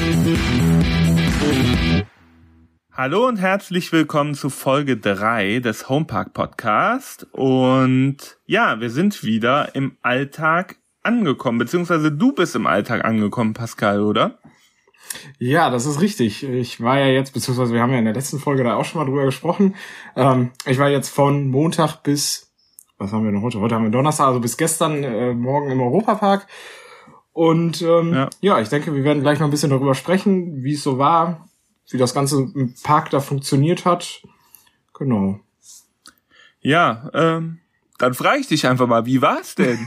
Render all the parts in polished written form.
Hallo und herzlich willkommen zu Folge 3 des Homepark Podcast. Und ja, wir sind wieder im Alltag angekommen, beziehungsweise du bist im Alltag angekommen, Pascal, oder? Ja, das ist richtig. Ich war ja jetzt, beziehungsweise wir haben ja in der letzten Folge da auch schon mal drüber gesprochen. Ich war jetzt von Montag bis, was haben wir noch heute? Heute haben wir Donnerstag, also bis gestern Morgen im Europapark. Und ja, ich denke, wir werden gleich noch ein bisschen darüber sprechen, wie es so war, wie das Ganze im Park da funktioniert hat. Genau. Ja, dann frage ich dich einfach mal, wie war's denn?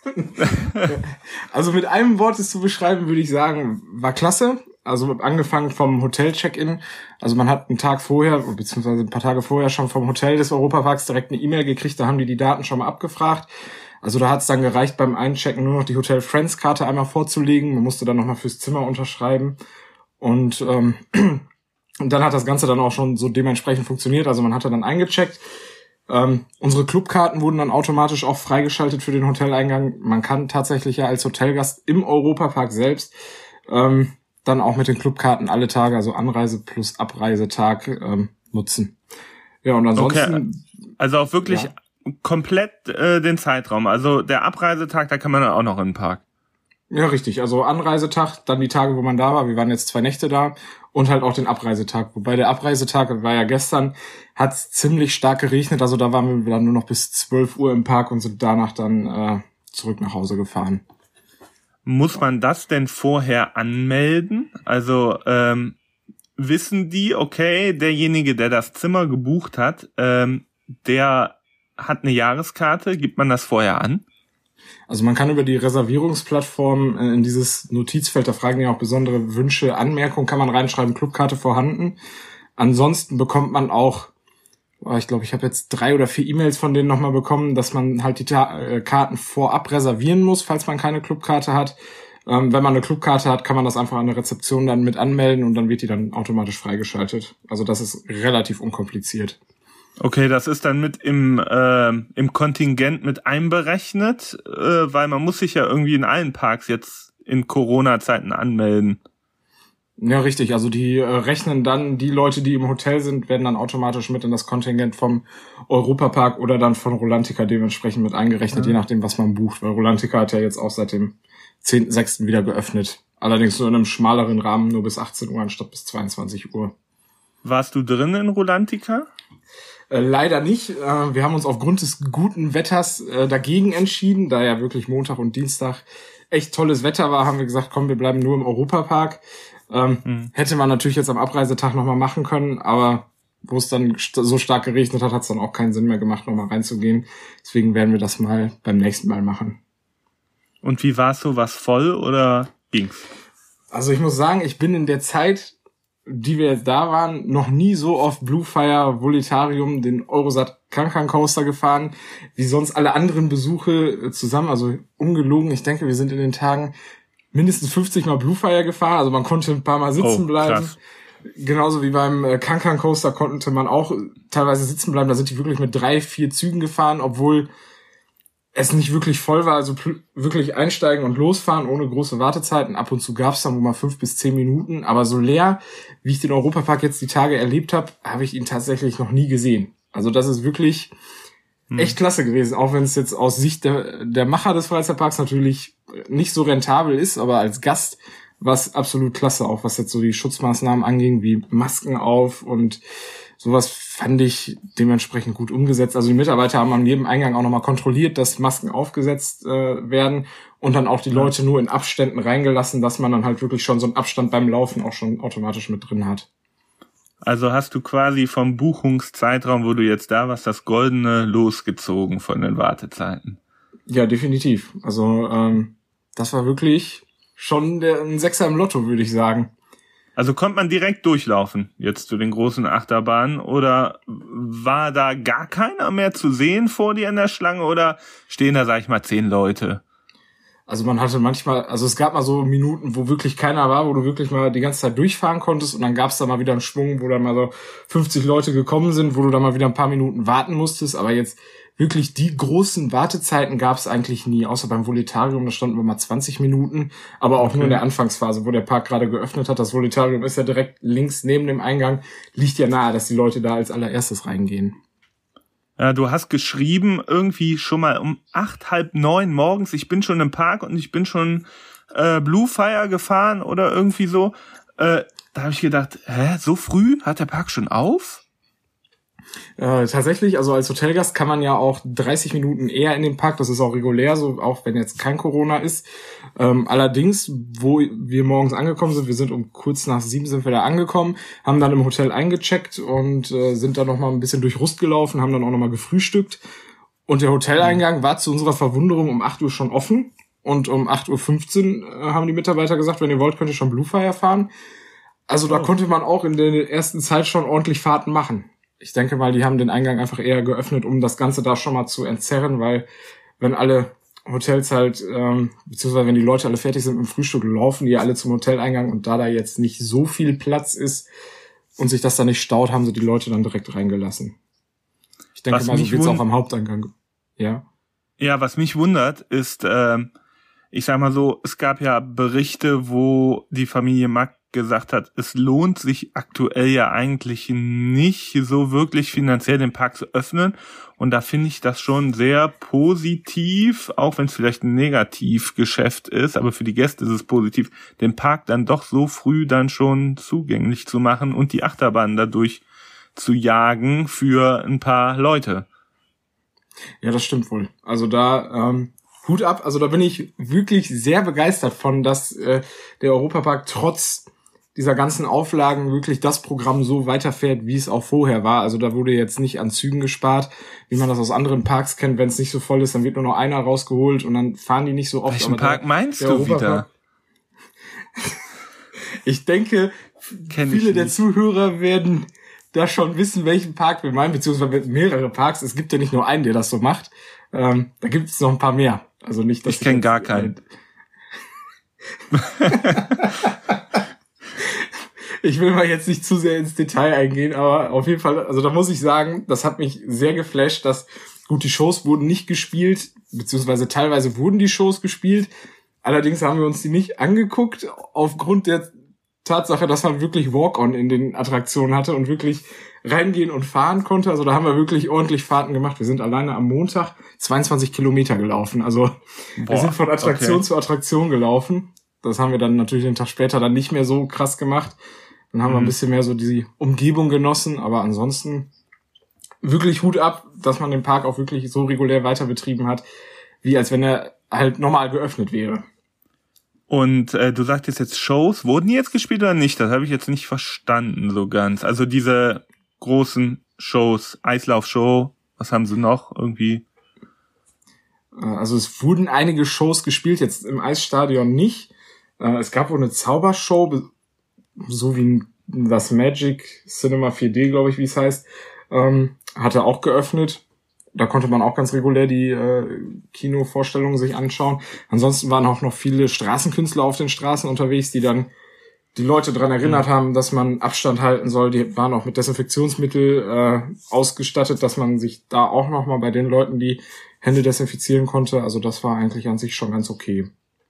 Also mit einem Wort es zu beschreiben, würde ich sagen, war klasse. Also angefangen vom Hotel-Check-In. Also man hat einen Tag vorher, beziehungsweise ein paar Tage vorher schon vom Hotel des Europaparks direkt eine E-Mail gekriegt, da haben die Daten schon mal abgefragt. Also da hat es dann gereicht, beim Einchecken nur noch die Hotel-Friends-Karte einmal vorzulegen. Man musste dann nochmal fürs Zimmer unterschreiben. Und dann hat das Ganze dann auch schon so dementsprechend funktioniert. Also man hatte dann eingecheckt. Unsere Clubkarten wurden dann automatisch auch freigeschaltet für den Hoteleingang. Man kann tatsächlich ja als Hotelgast im Europapark selbst dann auch mit den Clubkarten alle Tage, also Anreise plus Abreisetag, nutzen. Ja, und ansonsten... Okay. Also auch wirklich komplett den Zeitraum. Also der Abreisetag, da kann man dann auch noch in den Park. Ja, richtig. Also Anreisetag, dann die Tage, wo man da war. Wir waren jetzt 2 Nächte da. Und halt auch den Abreisetag. Wobei der Abreisetag, war ja gestern, hat es ziemlich stark geregnet. Also da waren wir dann nur noch bis 12 Uhr im Park und sind danach dann zurück nach Hause gefahren. Muss man das denn vorher anmelden? Also wissen die, okay, derjenige, der das Zimmer gebucht hat, der hat eine Jahreskarte, gibt man das vorher an? Also man kann über die Reservierungsplattform in dieses Notizfeld, da fragen die auch besondere Wünsche, Anmerkungen, kann man reinschreiben, Clubkarte vorhanden. Ansonsten bekommt man auch, ich glaube, ich habe jetzt 3 oder 4 E-Mails von denen nochmal bekommen, dass man halt die Karten vorab reservieren muss, falls man keine Clubkarte hat. Wenn man eine Clubkarte hat, kann man das einfach an der Rezeption dann mit anmelden und dann wird die dann automatisch freigeschaltet. Also das ist relativ unkompliziert. Okay, das ist dann mit im Kontingent mit einberechnet, weil man muss sich ja irgendwie in allen Parks jetzt in Corona-Zeiten anmelden. Ja, richtig. Also die rechnen dann, die Leute, die im Hotel sind, werden dann automatisch mit in das Kontingent vom Europapark oder dann von Rolantica dementsprechend mit eingerechnet, je nachdem, was man bucht. Weil Rolantica hat ja jetzt auch seit dem 10.06. wieder geöffnet. Allerdings nur in einem schmaleren Rahmen, nur bis 18 Uhr anstatt bis 22 Uhr. Warst du drin in Rolantica? Leider nicht. Wir haben uns aufgrund des guten Wetters dagegen entschieden, da ja wirklich Montag und Dienstag echt tolles Wetter war, haben wir gesagt, komm, wir bleiben nur im Europapark. Hätte man natürlich jetzt am Abreisetag nochmal machen können, aber wo es dann so stark geregnet hat, hat es dann auch keinen Sinn mehr gemacht, nochmal reinzugehen. Deswegen werden wir das mal beim nächsten Mal machen. Und wie war es so? War's voll oder ging's? Also ich muss sagen, ich bin in der Zeit, die wir jetzt da waren, noch nie so oft Bluefire Volitarium, den Eurosat Cancan Coaster gefahren, wie sonst alle anderen Besuche zusammen. Also ungelogen, ich denke, wir sind in den Tagen mindestens 50 Mal Bluefire gefahren. Also man konnte ein paar Mal sitzen bleiben. Krass. Genauso wie beim Cancan Coaster konnte man auch teilweise sitzen bleiben. Da sind die wirklich mit 3, 4 Zügen gefahren, obwohl es nicht wirklich voll war, also wirklich einsteigen und losfahren ohne große Wartezeiten. Ab und zu gab es dann wohl mal 5 bis 10 Minuten, aber so leer, wie ich den Europapark jetzt die Tage erlebt habe ich ihn tatsächlich noch nie gesehen. Also das ist wirklich echt klasse gewesen, auch wenn es jetzt aus Sicht der Macher des Freizeitparks natürlich nicht so rentabel ist, aber als Gast war es absolut klasse, auch was jetzt so die Schutzmaßnahmen anging, wie Masken auf und sowas fand ich dementsprechend gut umgesetzt. Also die Mitarbeiter haben an jedem Eingang auch nochmal kontrolliert, dass Masken aufgesetzt werden und dann auch die Leute nur in Abständen reingelassen, dass man dann halt wirklich schon so einen Abstand beim Laufen auch schon automatisch mit drin hat. Also hast du quasi vom Buchungszeitraum, wo du jetzt da warst, das Goldene losgezogen von den Wartezeiten? Ja, definitiv. Also das war wirklich schon ein Sechser im Lotto, würde ich sagen. Also konnte man direkt durchlaufen jetzt zu den großen Achterbahnen oder war da gar keiner mehr zu sehen vor dir in der Schlange oder stehen da, sag ich mal, 10 Leute? Also man hatte manchmal, also es gab mal so Minuten, wo wirklich keiner war, wo du wirklich mal die ganze Zeit durchfahren konntest und dann gab es da mal wieder einen Schwung, wo dann mal so 50 Leute gekommen sind, wo du dann mal wieder ein paar Minuten warten musstest, aber jetzt wirklich die großen Wartezeiten gab es eigentlich nie, außer beim Voletarium, da standen wir mal 20 Minuten, aber auch nur in der Anfangsphase, wo der Park gerade geöffnet hat. Das Voletarium ist ja direkt links neben dem Eingang, liegt ja nahe, dass die Leute da als allererstes reingehen. Ja, du hast geschrieben, irgendwie schon mal um 8, halb 9 morgens, ich bin schon im Park und ich bin schon Blue Fire gefahren oder irgendwie so. Da habe ich gedacht, so früh hat der Park schon auf? Tatsächlich, also als Hotelgast kann man ja auch 30 Minuten eher in den Park, das ist auch regulär so, auch wenn jetzt kein Corona ist. Allerdings, wo wir morgens angekommen sind, wir sind um kurz nach 7 sind wir da angekommen, haben dann im Hotel eingecheckt und sind dann nochmal ein bisschen durch Rust gelaufen, haben dann auch nochmal gefrühstückt. Und der Hoteleingang war zu unserer Verwunderung um 8 Uhr schon offen. Und um 8:15 Uhr haben die Mitarbeiter gesagt, wenn ihr wollt, könnt ihr schon Blue Fire fahren. Also da konnte man auch in der ersten Zeit schon ordentlich Fahrten machen. Ich denke mal, die haben den Eingang einfach eher geöffnet, um das Ganze da schon mal zu entzerren, weil wenn alle Hotels halt, beziehungsweise wenn die Leute alle fertig sind mit dem Frühstück, laufen die alle zum Hoteleingang und da jetzt nicht so viel Platz ist und sich das da nicht staut, haben sie die Leute dann direkt reingelassen. Ich denke mal, so wird's auch am Haupteingang. Ja. Ja, was mich wundert, ist, ich sag mal so, es gab ja Berichte, wo die Familie Mack gesagt hat, es lohnt sich aktuell ja eigentlich nicht so wirklich finanziell den Park zu öffnen. Und da finde ich das schon sehr positiv, auch wenn es vielleicht ein Negativgeschäft ist, aber für die Gäste ist es positiv, den Park dann doch so früh dann schon zugänglich zu machen und die Achterbahn dadurch zu jagen für ein paar Leute. Ja, das stimmt wohl. Also da Hut ab, also da bin ich wirklich sehr begeistert von, dass der Europapark trotz dieser ganzen Auflagen wirklich das Programm so weiterfährt, wie es auch vorher war. Also da wurde jetzt nicht an Zügen gespart, wie man das aus anderen Parks kennt. Wenn es nicht so voll ist, dann wird nur noch einer rausgeholt und dann fahren die nicht so oft. Welchen Park meinst du wieder? Ich denke, viele der Zuhörer werden da schon wissen, welchen Park wir meinen, beziehungsweise mehrere Parks. Es gibt ja nicht nur einen, der das so macht. Da gibt es noch ein paar mehr. Also nicht, dass ich kenne gar keinen. Ich will mal jetzt nicht zu sehr ins Detail eingehen, aber auf jeden Fall, also da muss ich sagen, das hat mich sehr geflasht, dass, gut, die Shows wurden nicht gespielt, beziehungsweise teilweise wurden die Shows gespielt. Allerdings haben wir uns die nicht angeguckt, aufgrund der Tatsache, dass man wirklich Walk-on in den Attraktionen hatte und wirklich reingehen und fahren konnte. Also da haben wir wirklich ordentlich Fahrten gemacht. Wir sind alleine am Montag 22 Kilometer gelaufen. Also wir sind von Attraktion zu Attraktion gelaufen. Das haben wir dann natürlich den Tag später dann nicht mehr so krass gemacht. Dann haben wir ein bisschen mehr so die Umgebung genossen. Aber ansonsten wirklich Hut ab, dass man den Park auch wirklich so regulär weiter betrieben hat, wie als wenn er halt normal geöffnet wäre. Und du sagtest jetzt Shows, wurden die jetzt gespielt oder nicht? Das habe ich jetzt nicht verstanden so ganz. Also diese großen Shows, Eislaufshow, was haben sie noch irgendwie? Also es wurden einige Shows gespielt, jetzt im Eisstadion nicht. Es gab wohl eine Zaubershow, so wie das Magic Cinema 4D, glaube ich, wie es heißt, hatte auch geöffnet. Da konnte man auch ganz regulär die Kinovorstellungen sich anschauen. Ansonsten waren auch noch viele Straßenkünstler auf den Straßen unterwegs, die dann die Leute daran erinnert haben, dass man Abstand halten soll. Die waren auch mit Desinfektionsmittel ausgestattet, dass man sich da auch nochmal bei den Leuten die Hände desinfizieren konnte. Also das war eigentlich an sich schon ganz okay.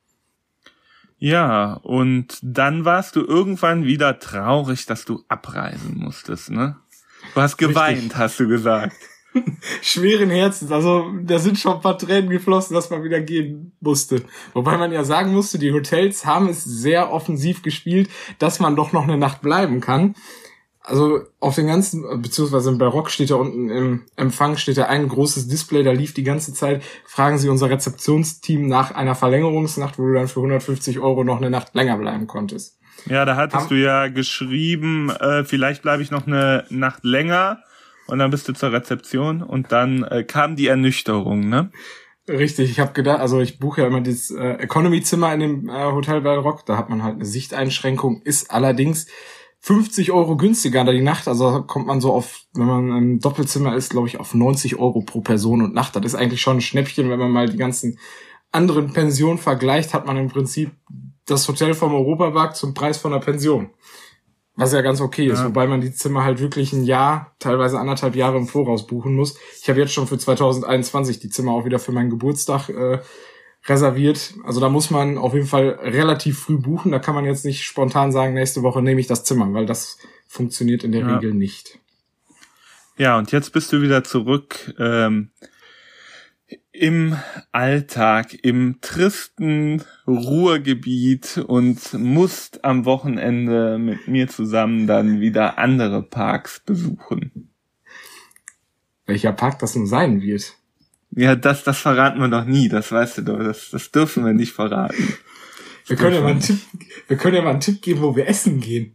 Ja, und dann warst du irgendwann wieder traurig, dass du abreisen musstest, ne? Du hast geweint, richtig, hast du gesagt. Schweren Herzens, also da sind schon ein paar Tränen geflossen, dass man wieder gehen musste. Wobei man ja sagen musste, die Hotels haben es sehr offensiv gespielt, dass man doch noch eine Nacht bleiben kann. Also auf den ganzen, beziehungsweise bei Rock steht da unten im Empfang, steht da ein großes Display, da lief die ganze Zeit, fragen Sie unser Rezeptionsteam nach einer Verlängerungsnacht, wo du dann für 150 € noch eine Nacht länger bleiben konntest. Ja, da hattest du ja geschrieben, vielleicht bleibe ich noch eine Nacht länger. Und dann bist du zur Rezeption und dann kam die Ernüchterung, ne? Richtig, ich habe gedacht, also ich buche ja immer dieses Economy-Zimmer in dem Hotel bei Rock, da hat man halt eine Sichteinschränkung, ist allerdings 50 € günstiger da die Nacht, also kommt man so auf, wenn man im Doppelzimmer ist, glaube ich, auf 90 € pro Person und Nacht. Das ist eigentlich schon ein Schnäppchen, wenn man mal die ganzen anderen Pensionen vergleicht, hat man im Prinzip das Hotel vom Europapark zum Preis von einer Pension. Was ja ganz okay ist, Ja. wobei man die Zimmer halt wirklich ein Jahr, teilweise 1,5 Jahre im Voraus buchen muss. Ich habe jetzt schon für 2021 die Zimmer auch wieder für meinen Geburtstag reserviert. Also da muss man auf jeden Fall relativ früh buchen. Da kann man jetzt nicht spontan sagen, nächste Woche nehme ich das Zimmer, weil das funktioniert in der Regel nicht. Ja, und jetzt bist du wieder zurück im Alltag, im tristen Ruhrgebiet und musst am Wochenende mit mir zusammen dann wieder andere Parks besuchen. Welcher Park das nun sein wird? Ja, das verraten wir doch nie, das weißt du doch, das dürfen wir nicht verraten. Wir können ja mal einen Tipp geben, wo wir essen gehen.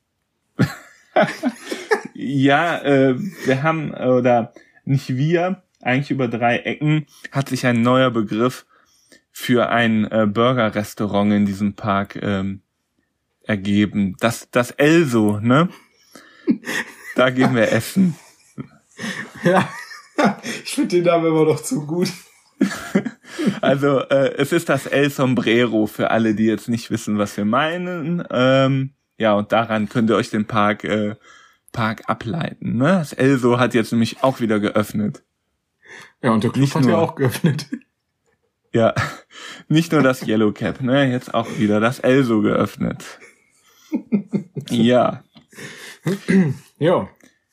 Ja, wir haben, oder nicht wir, eigentlich über 3 Ecken hat sich ein neuer Begriff für ein Burger-Restaurant in diesem Park ergeben. Das Elso, ne? Da gehen wir essen. Ja, ich finde den Namen immer noch zu gut. Also, es ist das El Sombrero für alle, die jetzt nicht wissen, was wir meinen. Ja, und daran könnt ihr euch den Park ableiten, ne? Das Elso hat jetzt nämlich auch wieder geöffnet. Ja, und der Club hat ja auch geöffnet. Ja, nicht nur das Yellow Cap, ne? Jetzt auch wieder das Elso geöffnet. Ja. Ja.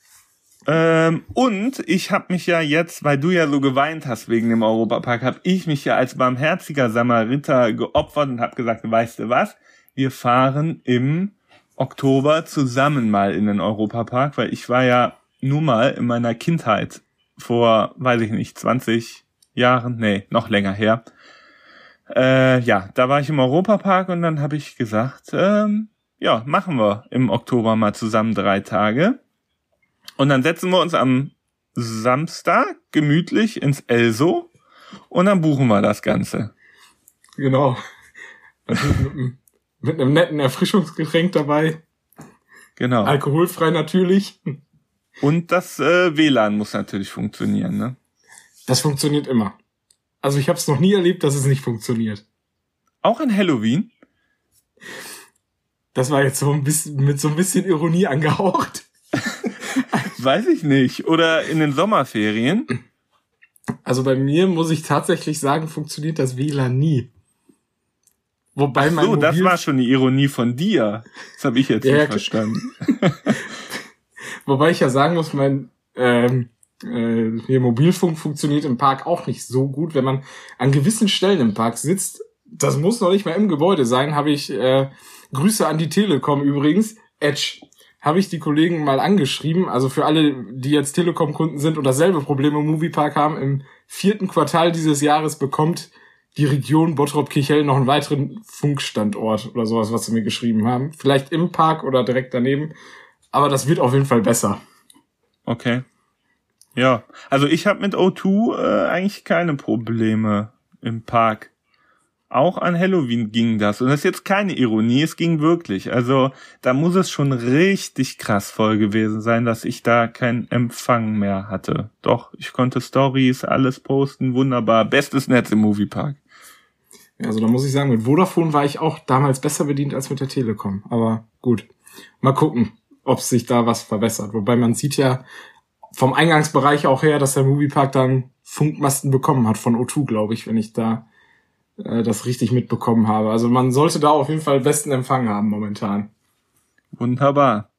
Und ich habe mich ja jetzt, weil du ja so geweint hast wegen dem Europapark, habe ich mich ja als barmherziger Samariter geopfert und habe gesagt, weißt du was? Wir fahren im Oktober zusammen mal in den Europapark, weil ich war ja nur mal in meiner Kindheit vor, weiß ich nicht, 20 Jahren, nee, noch länger her. Ja, da war ich im Europapark und dann habe ich gesagt, ja, machen wir im Oktober mal zusammen 3 Tage. Und dann setzen wir uns am Samstag gemütlich ins Elso und dann buchen wir das Ganze. Genau. Mit einem netten Erfrischungsgetränk dabei. Genau. Alkoholfrei natürlich. Und das WLAN muss natürlich funktionieren, ne? Das funktioniert immer. Also ich habe es noch nie erlebt, dass es nicht funktioniert. Auch an Halloween? Das war jetzt so ein bisschen mit so ein bisschen Ironie angehaucht. Weiß ich nicht. Oder in den Sommerferien? Also bei mir muss ich tatsächlich sagen, funktioniert das WLAN nie. Wobei mein Mobil... das war schon eine Ironie von dir. Das habe ich jetzt nicht verstanden. Wobei ich ja sagen muss, mein hier Mobilfunk funktioniert im Park auch nicht so gut. Wenn man an gewissen Stellen im Park sitzt, das muss noch nicht mal im Gebäude sein, habe ich Grüße an die Telekom übrigens, Edge. Habe ich die Kollegen mal angeschrieben, also für alle, die jetzt Telekom-Kunden sind und dasselbe Problem im Moviepark haben, im 4. Quartal dieses Jahres bekommt die Region Bottrop-Kirchhellen noch einen weiteren Funkstandort oder sowas, was sie mir geschrieben haben. Vielleicht im Park oder direkt daneben, aber das wird auf jeden Fall besser. Okay. Ja, also ich habe mit O2 eigentlich keine Probleme im Park. Auch an Halloween ging das. Und das ist jetzt keine Ironie, es ging wirklich. Also da muss es schon richtig krass voll gewesen sein, dass ich da keinen Empfang mehr hatte. Doch, ich konnte Stories, alles posten, wunderbar. Bestes Netz im Moviepark. Ja, also da muss ich sagen, mit Vodafone war ich auch damals besser bedient als mit der Telekom. Aber gut, mal gucken, ob sich da was verbessert. Wobei man sieht ja vom Eingangsbereich auch her, dass der Moviepark dann Funkmasten bekommen hat von O2, glaube ich, wenn ich da das richtig mitbekommen habe. Also man sollte da auf jeden Fall besten Empfang haben momentan. Wunderbar.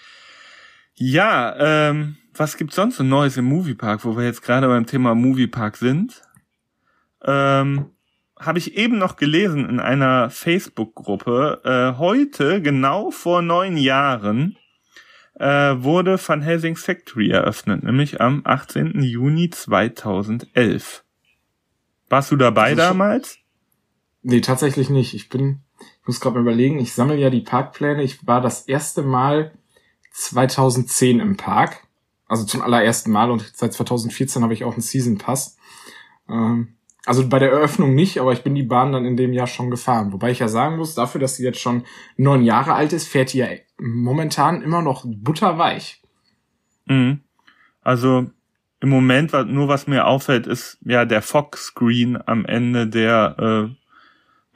Ja, was gibt's sonst so Neues im Moviepark, wo wir jetzt gerade beim Thema Moviepark sind? Habe ich eben noch gelesen in einer Facebook-Gruppe. Heute, genau vor 9 Jahren, wurde Van Helsing's Factory eröffnet, nämlich am 18. Juni 2011. Warst du dabei damals? Nee, tatsächlich nicht. Ich muss gerade mal überlegen, ich sammle ja die Parkpläne. Ich war das erste Mal 2010 im Park. Also zum allerersten Mal, und seit 2014 habe ich auch einen Season Pass. Also bei der Eröffnung nicht, aber ich bin die Bahn dann in dem Jahr schon gefahren. Wobei ich ja sagen muss, dafür, dass sie jetzt schon 9 Jahre alt ist, fährt die ja momentan immer noch butterweich. Mhm. Also im Moment, was mir auffällt, ist ja der Fog-Screen am Ende, der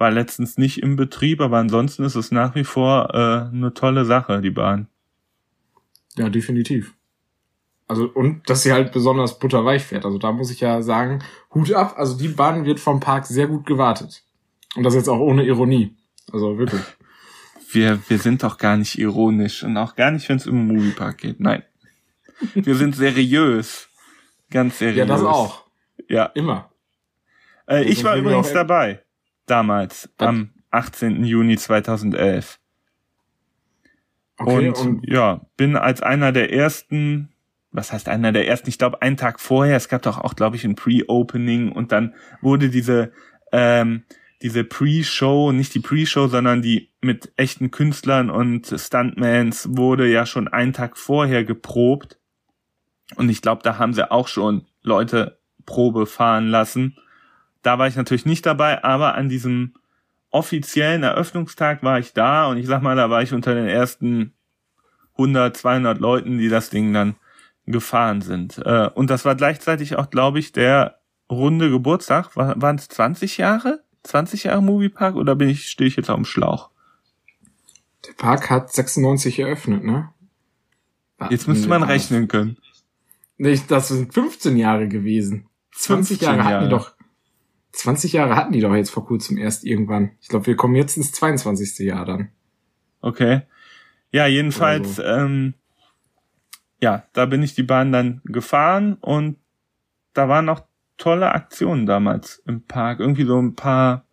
war letztens nicht im Betrieb, aber ansonsten ist es nach wie vor eine tolle Sache, die Bahn. Ja, definitiv. Also, und dass sie halt besonders butterweich fährt. Also da muss ich ja sagen, Hut ab. Also die Bahn wird vom Park sehr gut gewartet. Und das jetzt auch ohne Ironie. Also wirklich. Wir sind doch gar nicht ironisch und auch gar nicht, wenn es um den Moviepark geht. Nein. Wir sind seriös. Ganz seriös. Ja, das auch. Ja. Immer. Ich war übrigens dabei. Damals. Am 18. Juni 2011. Okay, und ja, bin als einer der ersten, was heißt einer der ersten? Ich glaube, einen Tag vorher, es gab doch auch, glaube ich, ein Pre-Opening und dann wurde diese Pre-Show, nicht die Pre-Show, sondern die mit echten Künstlern und Stuntmans wurde ja schon einen Tag vorher geprobt. Und ich glaube, da haben sie auch schon Leute Probe fahren lassen. Da war ich natürlich nicht dabei, aber an diesem offiziellen Eröffnungstag war ich da und ich sag mal, da war ich unter den ersten 100, 200 Leuten, die das Ding dann gefahren sind. Und das war gleichzeitig auch, glaube ich, der runde Geburtstag. Waren es 20 Jahre? 20 Jahre Moviepark oder stehe ich jetzt auf dem Schlauch? Der Park hat 96 eröffnet, ne? Jetzt müsste man rechnen können. Nicht, das sind 15 Jahre gewesen. 20 Jahre hatten die doch. 20 Jahre hatten die doch jetzt vor kurzem erst irgendwann. Ich glaube, wir kommen jetzt ins 22. Jahr dann. Okay. Ja, jedenfalls, so. Ja, da bin ich die Bahn dann gefahren und da waren noch tolle Aktionen damals im Park. Irgendwie so ein paar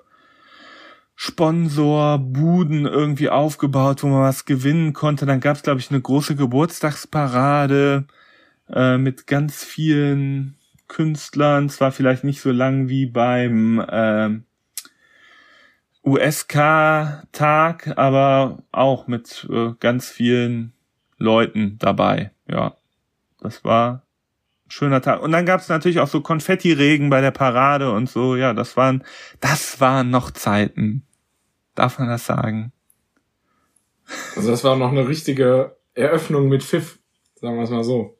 Sponsorbuden irgendwie aufgebaut, wo man was gewinnen konnte. Dann gab's, glaube ich, eine große Geburtstagsparade mit ganz vielen Künstlern. Zwar vielleicht nicht so lang wie beim USK-Tag, aber auch mit ganz vielen Leuten dabei. Ja, das war ein schöner Tag. Und dann gab es natürlich auch so Konfetti-Regen bei der Parade und so. Ja, das waren noch Zeiten. Darf man das sagen? Also das war noch eine richtige Eröffnung mit Pfiff, sagen wir es mal so.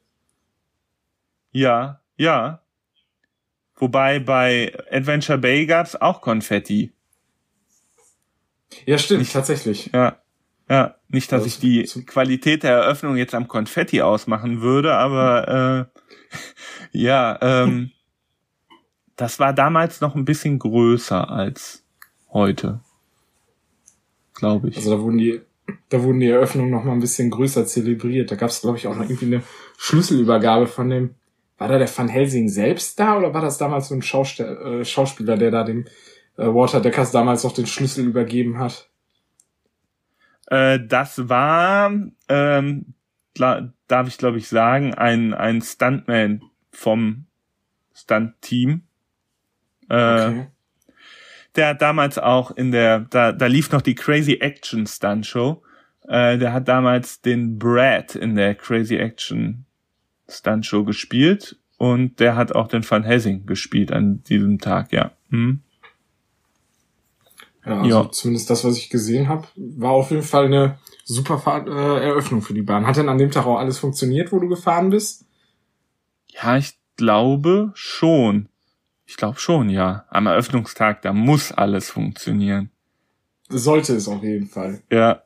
Ja, ja. Wobei bei Adventure Bay gab's auch Konfetti. Ja, stimmt, tatsächlich. Ja, nicht, dass ich die Qualität der Eröffnung jetzt am Konfetti ausmachen würde, aber das war damals noch ein bisschen größer als heute, glaube ich. Also da wurden die Eröffnungen noch mal ein bisschen größer zelebriert. Da gab's, glaube ich, auch noch irgendwie eine Schlüsselübergabe von dem. War da der Van Helsing selbst da oder war das damals so ein Schauspieler, der da dem Walter Deckers damals noch den Schlüssel übergeben hat? Das war, darf ich glaube ich sagen, ein Stuntman vom Stunt-Team. Okay. Der hat damals auch da lief noch die Crazy Action Stunt Show. Der hat damals den Brad in der Crazy Action Stunt Show gespielt und der hat auch den Van Helsing gespielt an diesem Tag, ja. Ja, also zumindest das, was ich gesehen habe, war auf jeden Fall eine super Eröffnung für die Bahn. Hat denn an dem Tag auch alles funktioniert, wo du gefahren bist? Ja, ich glaube schon. Ja. Am Eröffnungstag, da muss alles funktionieren. Sollte es auf jeden Fall. Ja.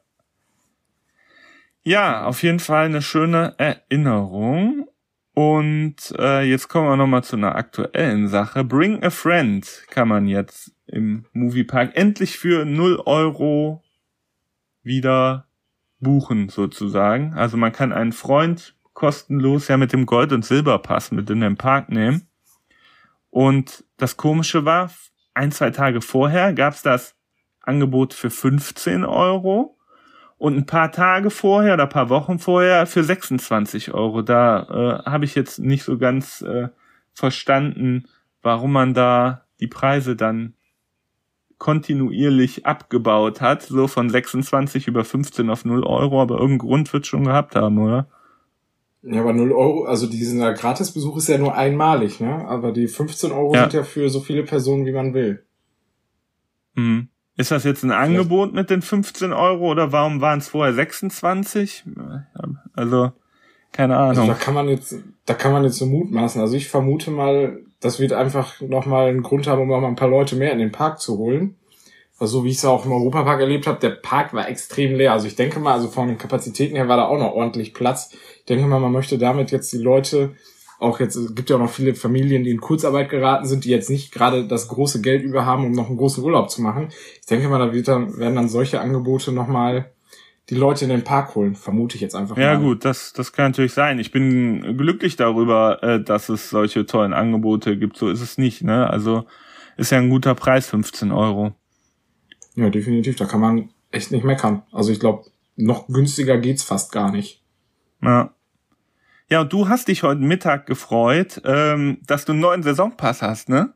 Ja, auf jeden Fall eine schöne Erinnerung. Und jetzt kommen wir nochmal zu einer aktuellen Sache. Bring a Friend kann man jetzt im Moviepark endlich für 0 € wieder buchen, sozusagen. Also man kann einen Freund kostenlos ja mit dem Gold- und Silberpass mit in den Park nehmen. Und das Komische war, 1-2 Tage vorher gab's das Angebot für 15 € und ein paar Tage vorher oder ein paar Wochen vorher für 26 €. Da habe ich jetzt nicht so ganz verstanden, warum man da die Preise dann kontinuierlich abgebaut hat, so von 26 über 15 auf 0 €, aber irgendeinen Grund wird schon gehabt haben, oder? Ja, aber 0 €, also dieser Gratisbesuch ist ja nur einmalig, ne? Aber die 15 € sind ja für so viele Personen, wie man will. Mhm. Ist das jetzt ein Angebot mit den 15 € oder warum waren es vorher 26? Also, keine Ahnung. Also da kann man jetzt so mutmaßen. Also ich vermute mal, das wird einfach nochmal einen Grund haben, um auch mal ein paar Leute mehr in den Park zu holen. Also wie ich es auch im Europapark erlebt habe, der Park war extrem leer. Also ich denke mal, also von den Kapazitäten her war da auch noch ordentlich Platz. Ich denke mal, man möchte damit jetzt die Leute, auch jetzt, es gibt ja auch noch viele Familien, die in Kurzarbeit geraten sind, die jetzt nicht gerade das große Geld über haben, um noch einen großen Urlaub zu machen. Ich denke mal, werden dann solche Angebote nochmal die Leute in den Park holen, vermute ich jetzt einfach mal. Ja gut, das kann natürlich sein. Ich bin glücklich darüber, dass es solche tollen Angebote gibt. So ist es nicht, ne? Also ist ja ein guter Preis, 15 €. Ja, definitiv. Da kann man echt nicht meckern. Also ich glaube, noch günstiger geht's fast gar nicht. Ja. Ja, und du hast dich heute Mittag gefreut, dass du einen neuen Saisonpass hast, ne?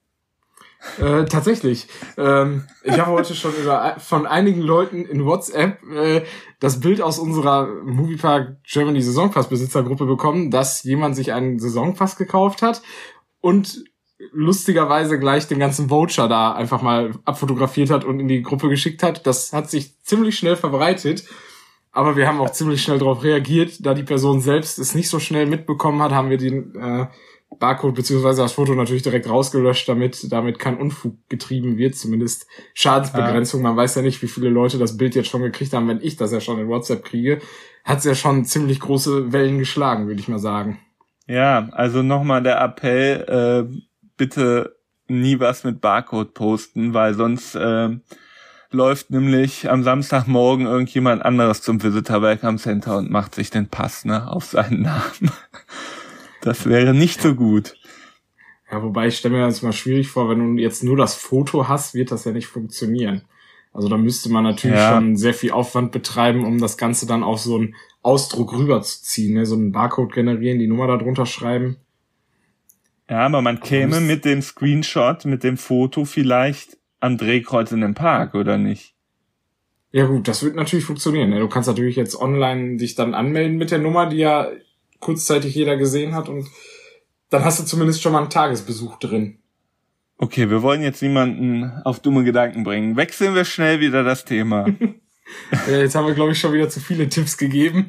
Tatsächlich. Ich habe heute schon von einigen Leuten in WhatsApp das Bild aus unserer Moviepark Germany Saisonpass-Besitzergruppe bekommen, dass jemand sich einen Saisonpass gekauft hat und lustigerweise gleich den ganzen Voucher da einfach mal abfotografiert hat und in die Gruppe geschickt hat. Das hat sich ziemlich schnell verbreitet, aber wir haben auch ziemlich schnell darauf reagiert. Da die Person selbst es nicht so schnell mitbekommen hat, haben wir den Barcode beziehungsweise das Foto natürlich direkt rausgelöscht, damit kein Unfug getrieben wird, zumindest Schadensbegrenzung. Man weiß ja nicht, wie viele Leute das Bild jetzt schon gekriegt haben. Wenn ich das ja schon in WhatsApp kriege, hat es ja schon ziemlich große Wellen geschlagen, würde ich mal sagen. Ja, also nochmal der Appell, bitte nie was mit Barcode posten, weil sonst läuft nämlich am Samstagmorgen irgendjemand anderes zum Visitor Welcome Center und macht sich den Pass, ne, auf seinen Namen. Das wäre nicht so gut. Ja, wobei ich stelle mir das mal schwierig vor, wenn du jetzt nur das Foto hast, wird das ja nicht funktionieren. Also da müsste man natürlich schon sehr viel Aufwand betreiben, um das Ganze dann auf so einen Ausdruck rüberzuziehen, ne? So einen Barcode generieren, die Nummer da drunter schreiben. Ja, aber man käme mit dem Screenshot, mit dem Foto vielleicht am Drehkreuz in den Park, oder nicht? Ja gut, das wird natürlich funktionieren. Ne? Du kannst natürlich jetzt online dich dann anmelden mit der Nummer, die ja kurzzeitig jeder gesehen hat, und dann hast du zumindest schon mal einen Tagesbesuch drin. Okay, wir wollen jetzt niemanden auf dumme Gedanken bringen. Wechseln wir schnell wieder das Thema. Ja, jetzt haben wir, glaube ich, schon wieder zu viele Tipps gegeben.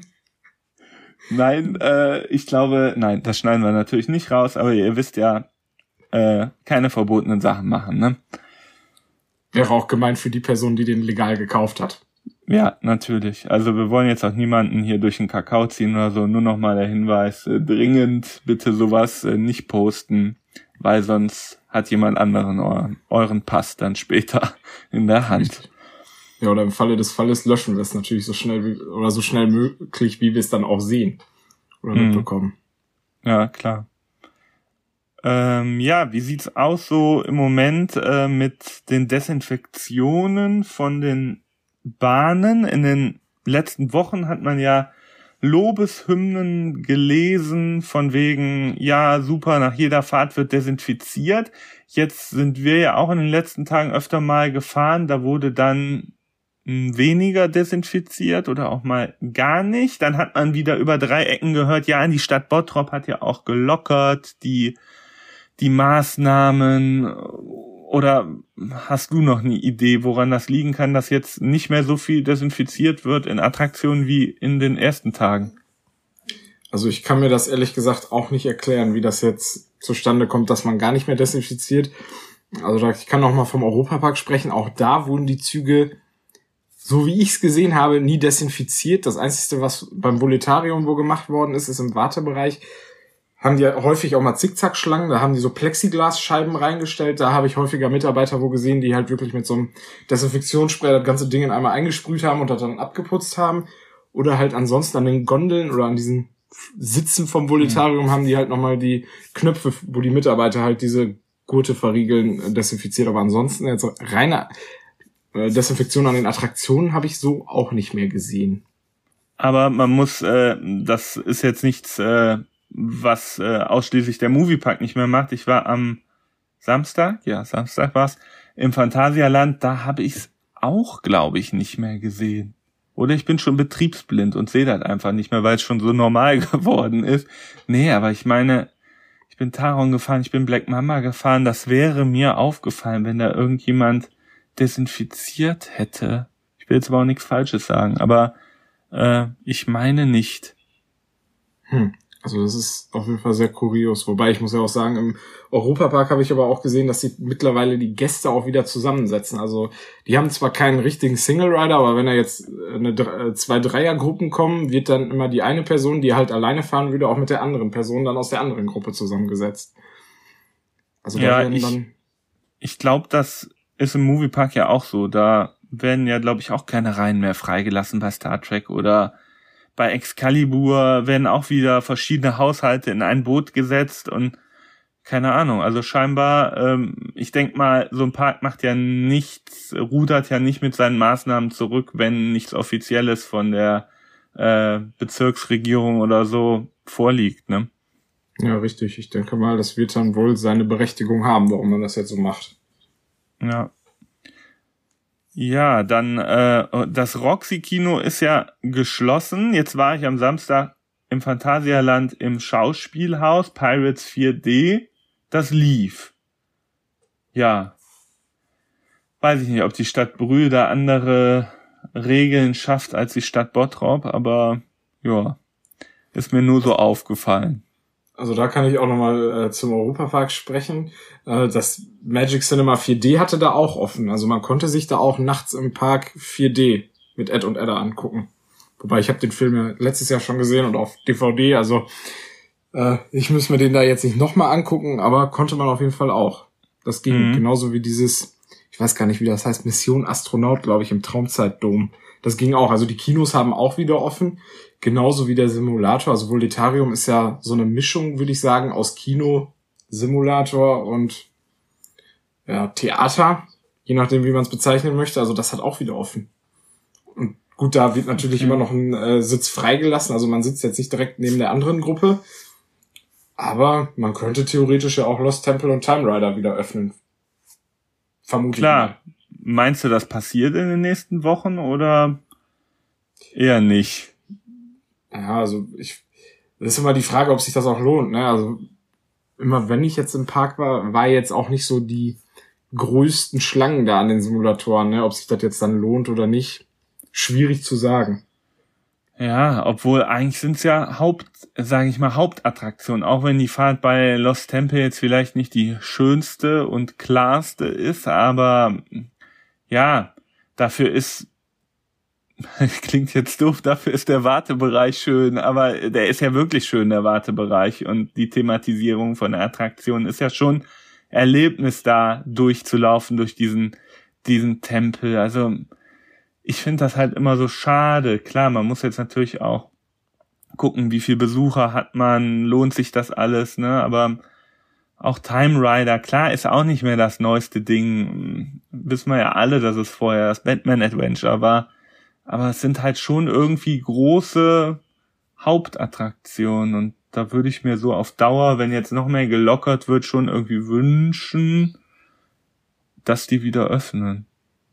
Nein, ich glaube, nein, das schneiden wir natürlich nicht raus, aber ihr wisst ja, keine verbotenen Sachen machen, ne? Wäre auch gemein für die Person, die den legal gekauft hat. Ja, natürlich. Also wir wollen jetzt auch niemanden hier durch den Kakao ziehen oder so. Nur nochmal der Hinweis, dringend bitte sowas nicht posten, weil sonst hat jemand anderen euren Pass dann später in der Hand. Ja, oder im Falle des Falles löschen wir es natürlich so schnell möglich, wie wir es dann auch sehen oder mitbekommen. Ja, klar. Ja, wie sieht's aus so im Moment mit den Desinfektionen von den Bahnen? In den letzten Wochen hat man ja Lobeshymnen gelesen von wegen, ja, super, nach jeder Fahrt wird desinfiziert. Jetzt sind wir ja auch in den letzten Tagen öfter mal gefahren, da wurde dann weniger desinfiziert oder auch mal gar nicht. Dann hat man wieder über 3 Ecken gehört, ja, die Stadt Bottrop hat ja auch gelockert, die Maßnahmen. Oder hast du noch eine Idee, woran das liegen kann, dass jetzt nicht mehr so viel desinfiziert wird in Attraktionen wie in den ersten Tagen? Also ich kann mir das ehrlich gesagt auch nicht erklären, wie das jetzt zustande kommt, dass man gar nicht mehr desinfiziert. Also ich kann noch mal vom Europapark sprechen. Auch da wurden die Züge, so wie ich es gesehen habe, nie desinfiziert. Das Einzige, was beim Voletarium wo gemacht worden ist, ist im Wartebereich, haben die ja häufig auch mal Zickzackschlangen, da haben die so Plexiglasscheiben reingestellt, da habe ich häufiger Mitarbeiter wo gesehen, die halt wirklich mit so einem Desinfektionsspray das ganze Ding in einmal eingesprüht haben und das dann abgeputzt haben. Oder halt ansonsten an den Gondeln oder an diesen Sitzen vom Voletarium haben die halt nochmal die Knöpfe, wo die Mitarbeiter halt diese Gurte verriegeln, desinfiziert. Aber ansonsten jetzt reine Desinfektion an den Attraktionen habe ich so auch nicht mehr gesehen. Aber man muss, das ist jetzt nichts, was ausschließlich der Moviepark nicht mehr macht. Ich war am Samstag war's, im Phantasialand, da habe ich es auch, glaube ich, nicht mehr gesehen. Oder ich bin schon betriebsblind und sehe das einfach nicht mehr, weil es schon so normal geworden ist. Nee, aber ich meine, ich bin Taron gefahren, ich bin Black Mamba gefahren, das wäre mir aufgefallen, wenn da irgendjemand desinfiziert hätte. Ich will jetzt aber auch nichts Falsches sagen, aber ich meine nicht. Also das ist auf jeden Fall sehr kurios. Wobei ich muss ja auch sagen, im Europapark habe ich aber auch gesehen, dass sie mittlerweile die Gäste auch wieder zusammensetzen. Also die haben zwar keinen richtigen Single Rider, aber wenn da jetzt zwei Dreiergruppen kommen, wird dann immer die eine Person, die halt alleine fahren würde, auch mit der anderen Person dann aus der anderen Gruppe zusammengesetzt. Also da werden dann... Ich glaube, das ist im Moviepark ja auch so. Da werden ja, glaube ich, auch keine Reihen mehr freigelassen bei Star Trek oder bei Excalibur werden auch wieder verschiedene Haushalte in ein Boot gesetzt und keine Ahnung. Also scheinbar, ich denk mal, so ein Park macht ja nichts, rudert ja nicht mit seinen Maßnahmen zurück, wenn nichts Offizielles von der Bezirksregierung oder so vorliegt, ne? Ja, richtig. Ich denke mal, das wird dann wohl seine Berechtigung haben, warum man das jetzt so macht. Ja. Ja, dann das Roxy-Kino ist ja geschlossen. Jetzt war ich am Samstag im Phantasialand im Schauspielhaus, Pirates 4D. Das lief. Ja. Weiß ich nicht, ob die Stadt Brühl da andere Regeln schafft als die Stadt Bottrop, aber ja, ist mir nur so aufgefallen. Also da kann ich auch nochmal zum Europapark sprechen. Das Magic Cinema 4D hatte da auch offen. Also man konnte sich da auch nachts im Park 4D mit Ed und Edda angucken. Wobei ich habe den Film ja letztes Jahr schon gesehen und auf DVD. Also ich muss mir den da jetzt nicht nochmal angucken, aber konnte man auf jeden Fall auch. Das ging genauso wie dieses, ich weiß gar nicht, wie das heißt, Mission Astronaut, glaube ich, im Traumzeitdom. Das ging auch. Also die Kinos haben auch wieder offen. Genauso wie der Simulator, also Voletarium ist ja so eine Mischung, würde ich sagen, aus Kino, Simulator und ja, Theater, je nachdem, wie man es bezeichnen möchte. Also das hat auch wieder offen. Und gut, da wird natürlich immer noch ein Sitz freigelassen, also man sitzt jetzt nicht direkt neben der anderen Gruppe, aber man könnte theoretisch ja auch Lost Temple und Time Rider wieder öffnen. Vermutlich. Klar. Meinst du, das passiert in den nächsten Wochen oder eher nicht? Ja, also das ist immer die Frage, ob sich das auch lohnt, ne? Also immer wenn ich jetzt im Park war jetzt auch nicht so die größten Schlangen da an den Simulatoren, ne? Ob sich das jetzt dann lohnt oder nicht, schwierig zu sagen. Ja, obwohl eigentlich sind's ja Hauptattraktionen, auch wenn die Fahrt bei Lost Temple jetzt vielleicht nicht die schönste und klarste ist, aber ja, dafür ist klingt jetzt doof, dafür ist der Wartebereich schön, aber der ist ja wirklich schön, der Wartebereich, und die Thematisierung von der Attraktion ist ja schon Erlebnis, da durchzulaufen durch diesen Tempel. Also ich finde das halt immer so schade. Klar, man muss jetzt natürlich auch gucken, wie viel Besucher hat man, lohnt sich das alles, ne? Aber auch Time Rider, klar, ist auch nicht mehr das neueste Ding. Wissen wir ja alle, dass es vorher das Batman Adventure war. Aber es sind halt schon irgendwie große Hauptattraktionen, und da würde ich mir so auf Dauer, wenn jetzt noch mehr gelockert wird, schon irgendwie wünschen, dass die wieder öffnen.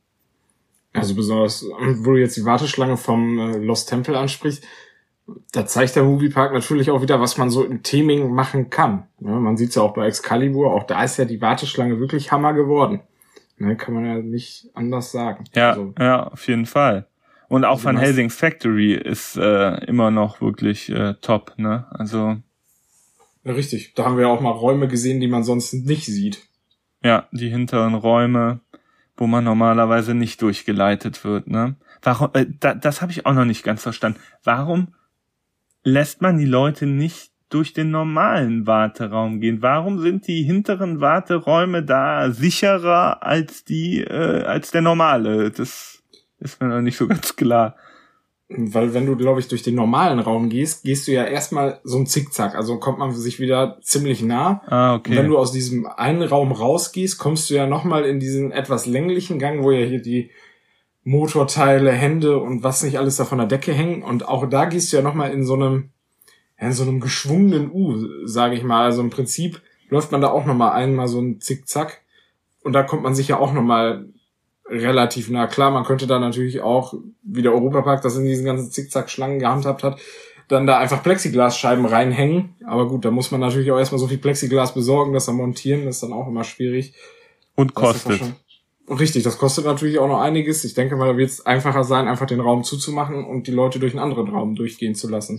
Also besonders, wo du jetzt die Warteschlange vom Lost Temple ansprichst, da zeigt der Moviepark natürlich auch wieder, was man so im Theming machen kann. Ja, man sieht es ja auch bei Excalibur, auch da ist ja die Warteschlange wirklich Hammer geworden. Ne, kann man ja nicht anders sagen. Ja, also, ja, auf jeden Fall. Und auch Van Helsing's Factory ist immer noch wirklich top, ne? Also ja, richtig. Da haben wir ja auch mal Räume gesehen, die man sonst nicht sieht. Ja, die hinteren Räume, wo man normalerweise nicht durchgeleitet wird, ne? Warum? Das habe ich auch noch nicht ganz verstanden. Warum lässt man die Leute nicht durch den normalen Warteraum gehen? Warum sind die hinteren Warteräume da sicherer als als der normale? Das ist mir noch nicht so ganz klar. Weil wenn du, glaube ich, durch den normalen Raum gehst du ja erstmal so ein Zickzack. Also kommt man sich wieder ziemlich nah. Ah, okay. Und wenn du aus diesem einen Raum rausgehst, kommst du ja nochmal in diesen etwas länglichen Gang, wo ja hier die Motorteile, Hände und was nicht alles da von der Decke hängen. Und auch da gehst du ja nochmal in so einem geschwungenen U, sage ich mal. Also im Prinzip läuft man da auch nochmal einmal so ein Zickzack. Und da kommt man sich ja auch nochmal relativ nah. Klar, man könnte da natürlich auch, wie der Europapark das in diesen ganzen Zickzack-Schlangen gehandhabt hat, dann da einfach Plexiglasscheiben reinhängen. Aber gut, da muss man natürlich auch erstmal so viel Plexiglas besorgen, das dann montieren, das ist dann auch immer schwierig. Und kostet. Richtig, das kostet natürlich auch noch einiges. Ich denke mal, da wird es einfacher sein, einfach den Raum zuzumachen und die Leute durch einen anderen Raum durchgehen zu lassen.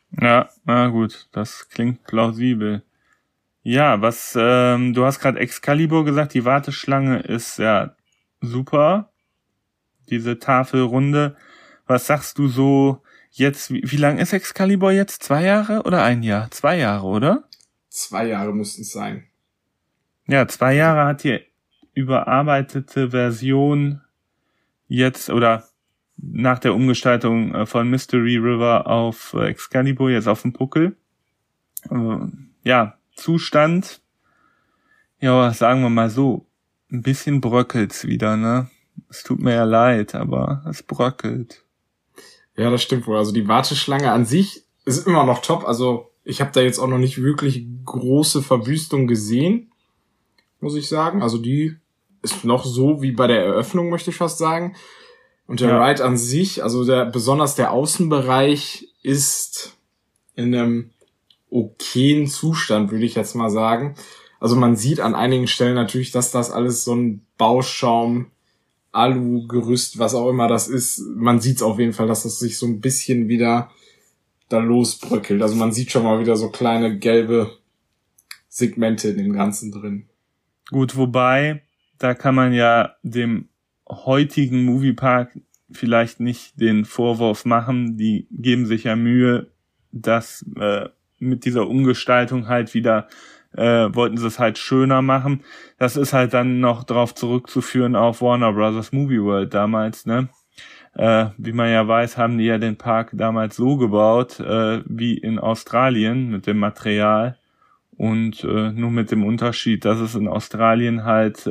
Ja, na gut, das klingt plausibel. Ja, du hast gerade Excalibur gesagt, die Warteschlange ist ja super, diese Tafelrunde. Was sagst du so jetzt, wie lang ist Excalibur jetzt? 2 Jahre oder 1 Jahr? 2 Jahre, oder? 2 Jahre müssten es sein. Ja, 2 Jahre hat die überarbeitete Version jetzt oder nach der Umgestaltung von Mystery River auf Excalibur jetzt auf dem Puckel. Ja, Zustand, ja, sagen wir mal so, ein bisschen bröckelt's wieder, ne? Es tut mir ja leid, aber es bröckelt. Ja, das stimmt wohl. Also die Warteschlange an sich ist immer noch top. Also ich habe da jetzt auch noch nicht wirklich große Verwüstung gesehen, muss ich sagen. Also die ist noch so wie bei der Eröffnung, möchte ich fast sagen. Und der Ride an sich, also besonders der Außenbereich ist in einem okayen Zustand, würde ich jetzt mal sagen. Also man sieht an einigen Stellen natürlich, dass das alles so ein Bauschaum, Alu-Gerüst, was auch immer das ist. Man sieht es auf jeden Fall, dass das sich so ein bisschen wieder da losbröckelt. Also man sieht schon mal wieder so kleine gelbe Segmente in dem Ganzen drin. Gut, wobei, da kann man ja dem heutigen Moviepark vielleicht nicht den Vorwurf machen. Die geben sich ja Mühe, dass mit dieser Umgestaltung halt wieder wollten sie es halt schöner machen. Das ist halt dann noch drauf zurückzuführen auf Warner Brothers Movie World damals, ne? Wie man ja weiß, haben die ja den Park damals so gebaut, wie in Australien mit dem Material und nur mit dem Unterschied, dass es in Australien halt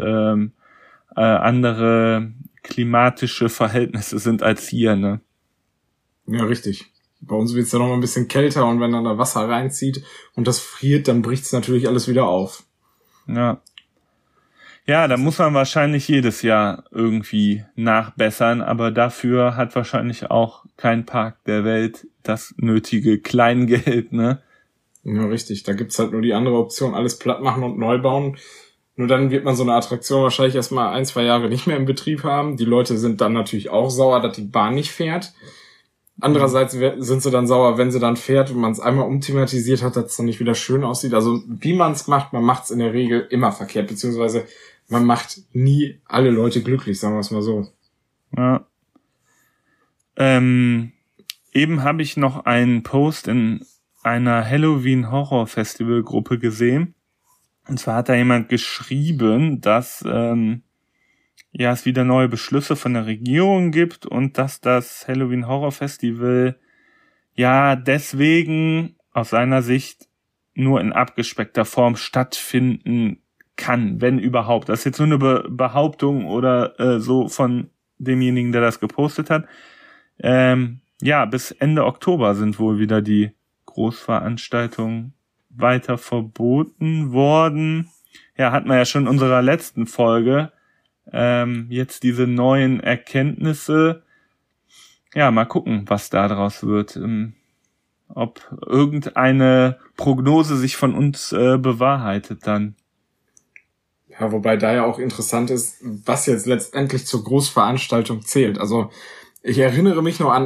andere klimatische Verhältnisse sind als hier, ne? Ja, richtig. Bei uns wird es ja noch mal ein bisschen kälter und wenn dann da Wasser reinzieht und das friert, dann bricht es natürlich alles wieder auf. Ja. Ja, da muss man wahrscheinlich jedes Jahr irgendwie nachbessern, aber dafür hat wahrscheinlich auch kein Park der Welt das nötige Kleingeld, ne? Ja, richtig. Da gibt's halt nur die andere Option, alles platt machen und neu bauen. Nur dann wird man so eine Attraktion wahrscheinlich erstmal 1, 2 Jahre nicht mehr im Betrieb haben. Die Leute sind dann natürlich auch sauer, dass die Bahn nicht fährt. Andererseits sind sie dann sauer, wenn sie dann fährt und man es einmal umthematisiert hat, dass es dann nicht wieder schön aussieht. Also wie man es macht, man macht es in der Regel immer verkehrt, beziehungsweise man macht nie alle Leute glücklich, sagen wir es mal so. Ja. Eben habe ich noch einen Post in einer Halloween-Horror-Festival-Gruppe gesehen. Und zwar hat da jemand geschrieben, dass es wieder neue Beschlüsse von der Regierung gibt und dass das Halloween Horror Festival ja deswegen aus seiner Sicht nur in abgespeckter Form stattfinden kann, wenn überhaupt. Das ist jetzt nur eine Behauptung oder so von demjenigen, der das gepostet hat. Bis Ende Oktober sind wohl wieder die Großveranstaltungen weiter verboten worden. Ja, hat man ja schon in unserer letzten Folge jetzt diese neuen Erkenntnisse. Ja, mal gucken, was da draus wird. Ob irgendeine Prognose sich von uns bewahrheitet dann. Ja, wobei da ja auch interessant ist, was jetzt letztendlich zur Großveranstaltung zählt. Also ich erinnere mich noch an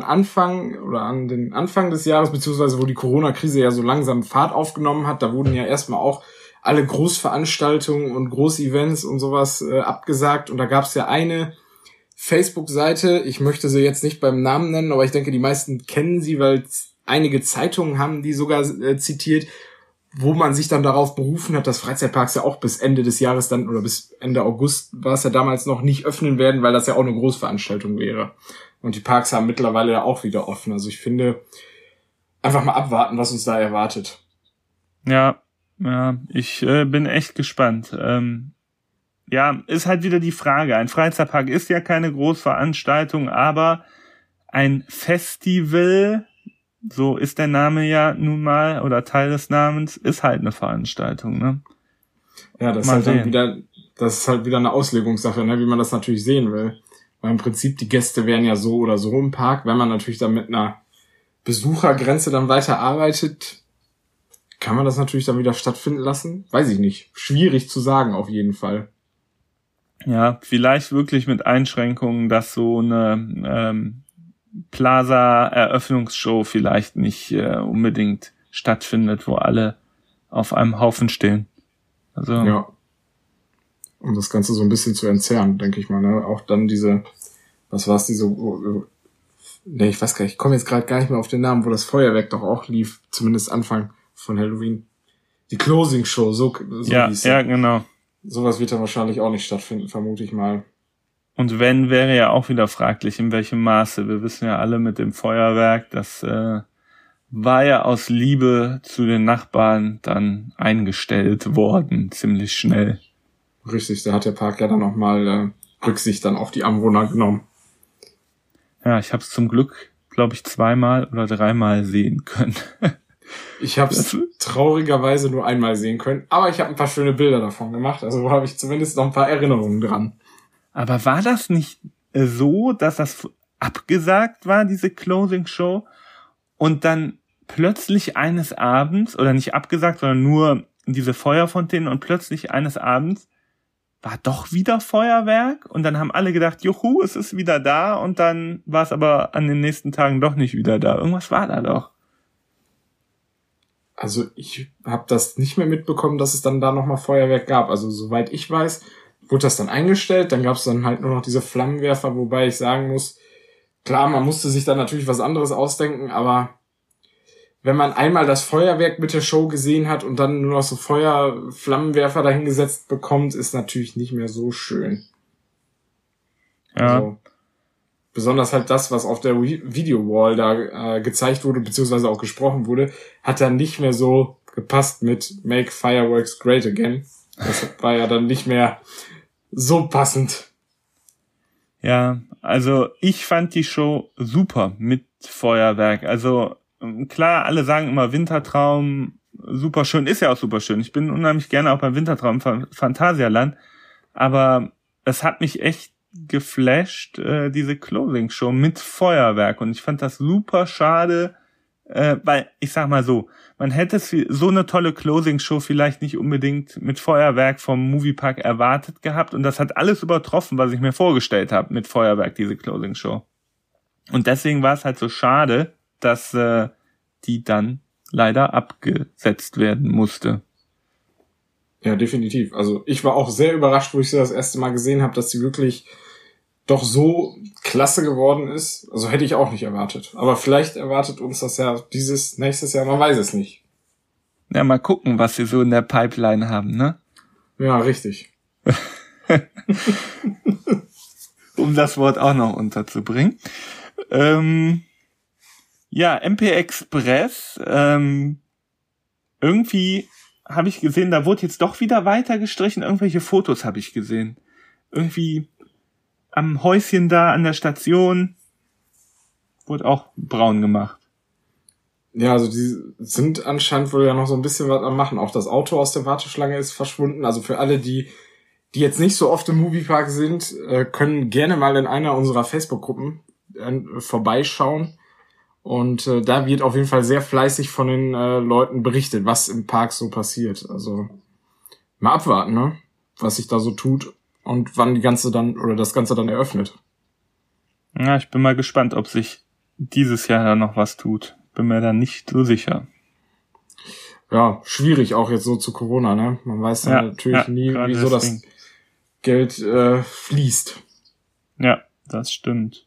den Anfang des Jahres, beziehungsweise wo die Corona-Krise ja so langsam Fahrt aufgenommen hat. Da wurden ja erstmal auch alle Großveranstaltungen und Großevents und sowas abgesagt. Und da gab es ja eine Facebook-Seite, ich möchte sie jetzt nicht beim Namen nennen, aber ich denke, die meisten kennen sie, weil einige Zeitungen haben die sogar zitiert, wo man sich dann darauf berufen hat, dass Freizeitparks ja auch bis Ende des Jahres dann, oder bis Ende August war es ja damals noch, nicht öffnen werden, weil das ja auch eine Großveranstaltung wäre. Und die Parks haben mittlerweile ja auch wieder offen. Also ich finde, einfach mal abwarten, was uns da erwartet. Ja, ich bin echt gespannt. Ist halt wieder die Frage. Ein Freizeitpark ist ja keine Großveranstaltung, aber ein Festival, so ist der Name ja nun mal, oder Teil des Namens, ist halt eine Veranstaltung, ne? Ja, das ist halt wieder eine Auslegungssache, ne, wie man das natürlich sehen will. Weil im Prinzip die Gäste wären ja so oder so im Park. Wenn man natürlich dann mit einer Besuchergrenze dann weiter arbeitet, kann man das natürlich dann wieder stattfinden lassen? Weiß ich nicht. Schwierig zu sagen auf jeden Fall. Ja, vielleicht wirklich mit Einschränkungen, dass so eine Plaza-Eröffnungsshow vielleicht nicht unbedingt stattfindet, wo alle auf einem Haufen stehen. Also ja. Um das Ganze so ein bisschen zu entzerren, denke ich mal. Ne? Auch dann diese, was war es, diese, ne, ich weiß gar nicht, ich komme jetzt gerade gar nicht mehr auf den Namen, wo das Feuerwerk doch auch lief, zumindest Anfang von Halloween. Die Closing Show, so ja, hieß ja, genau. Sowas wird dann wahrscheinlich auch nicht stattfinden, vermute ich mal. Und wenn, wäre ja auch wieder fraglich, in welchem Maße. Wir wissen ja alle mit dem Feuerwerk, das war ja aus Liebe zu den Nachbarn dann eingestellt worden, ziemlich schnell. Richtig, da hat der Park ja dann nochmal Rücksicht dann auf die Anwohner genommen. Ja, ich habe es zum Glück, glaube ich, 2-mal oder 3-mal sehen können. Ich habe es traurigerweise nur einmal sehen können, aber ich habe ein paar schöne Bilder davon gemacht, also habe ich zumindest noch ein paar Erinnerungen dran. Aber war das nicht so, dass das abgesagt war, diese Closing Show, und dann plötzlich eines Abends, oder nicht abgesagt, sondern nur diese Feuerfontänen, und plötzlich eines Abends war doch wieder Feuerwerk und dann haben alle gedacht, juhu, es ist wieder da, und dann war es aber an den nächsten Tagen doch nicht wieder da. Irgendwas war da doch. Also ich habe das nicht mehr mitbekommen, dass es dann da nochmal Feuerwerk gab. Also soweit ich weiß, wurde das dann eingestellt. Dann gab es dann halt nur noch diese Flammenwerfer, wobei ich sagen muss, klar, man musste sich dann natürlich was anderes ausdenken, aber wenn man einmal das Feuerwerk mit der Show gesehen hat und dann nur noch so Flammenwerfer dahingesetzt bekommt, ist natürlich nicht mehr so schön. Ja. Also, besonders halt das, was auf der Video-Wall da gezeigt wurde, beziehungsweise auch gesprochen wurde, hat dann nicht mehr so gepasst mit Make Fireworks Great Again. Das war ja dann nicht mehr so passend. Ja, also ich fand die Show super mit Feuerwerk. Also klar, alle sagen immer Wintertraum, super schön, ist ja auch super schön. Ich bin unheimlich gerne auch beim Wintertraum Phantasialand, aber es hat mich echt geflasht, diese Closing-Show mit Feuerwerk, und ich fand das super schade, weil, ich sag mal so, man hätte so eine tolle Closing-Show vielleicht nicht unbedingt mit Feuerwerk vom Moviepark erwartet gehabt, und das hat alles übertroffen, was ich mir vorgestellt habe mit Feuerwerk, diese Closing-Show. Und deswegen war es halt so schade, dass die dann leider abgesetzt werden musste. Ja, definitiv. Also ich war auch sehr überrascht, wo ich sie das erste Mal gesehen habe, dass sie wirklich doch so klasse geworden ist. Also hätte ich auch nicht erwartet. Aber vielleicht erwartet uns das ja nächstes Jahr, man weiß es nicht. Ja, mal gucken, was sie so in der Pipeline haben, ne? Ja, richtig. Um das Wort auch noch unterzubringen. Ja, MP Express, irgendwie habe ich gesehen, da wurde jetzt doch wieder weiter gestrichen. Irgendwelche Fotos habe ich gesehen. Irgendwie am Häuschen da an der Station wurde auch braun gemacht. Ja, also die sind anscheinend wohl ja noch so ein bisschen was am machen. Auch das Auto aus der Warteschlange ist verschwunden. Also für alle, die jetzt nicht so oft im Moviepark sind, können gerne mal in einer unserer Facebook-Gruppen vorbeischauen. Und da wird auf jeden Fall sehr fleißig von den Leuten berichtet, was im Park so passiert. Also mal abwarten, ne? Was sich da so tut und wann das Ganze dann eröffnet. Ja, ich bin mal gespannt, ob sich dieses Jahr da noch was tut. Bin mir da nicht so sicher. Ja, schwierig auch jetzt so zu Corona, ne? Man weiß dann natürlich nie, wieso das Geld fließt. Ja, das stimmt.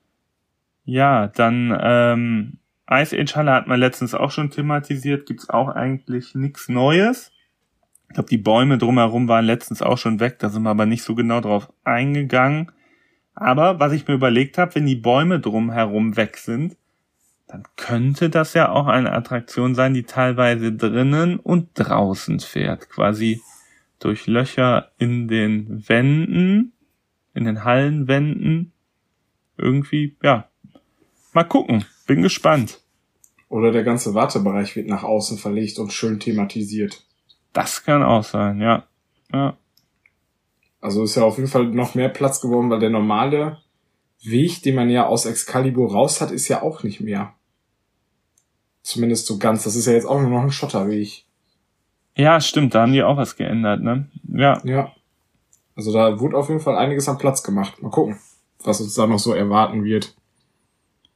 Ja, dann Ice Age Halle hat man letztens auch schon thematisiert, gibt's auch eigentlich nichts Neues. Ich glaube, die Bäume drumherum waren letztens auch schon weg, da sind wir aber nicht so genau drauf eingegangen. Aber was ich mir überlegt habe, wenn die Bäume drumherum weg sind, dann könnte das ja auch eine Attraktion sein, die teilweise drinnen und draußen fährt. Quasi durch Löcher in den Wänden, in den Hallenwänden. Irgendwie, ja. Mal gucken, bin gespannt. Oder der ganze Wartebereich wird nach außen verlegt und schön thematisiert. Das kann auch sein, ja. Ja. Also ist ja auf jeden Fall noch mehr Platz geworden, weil der normale Weg, den man ja aus Excalibur raus hat, ist ja auch nicht mehr. Zumindest so ganz. Das ist ja jetzt auch nur noch ein Schotterweg. Ja, stimmt, da haben die auch was geändert, ne? Ja. Ja. Also da wurde auf jeden Fall einiges an Platz gemacht. Mal gucken, was uns da noch so erwarten wird.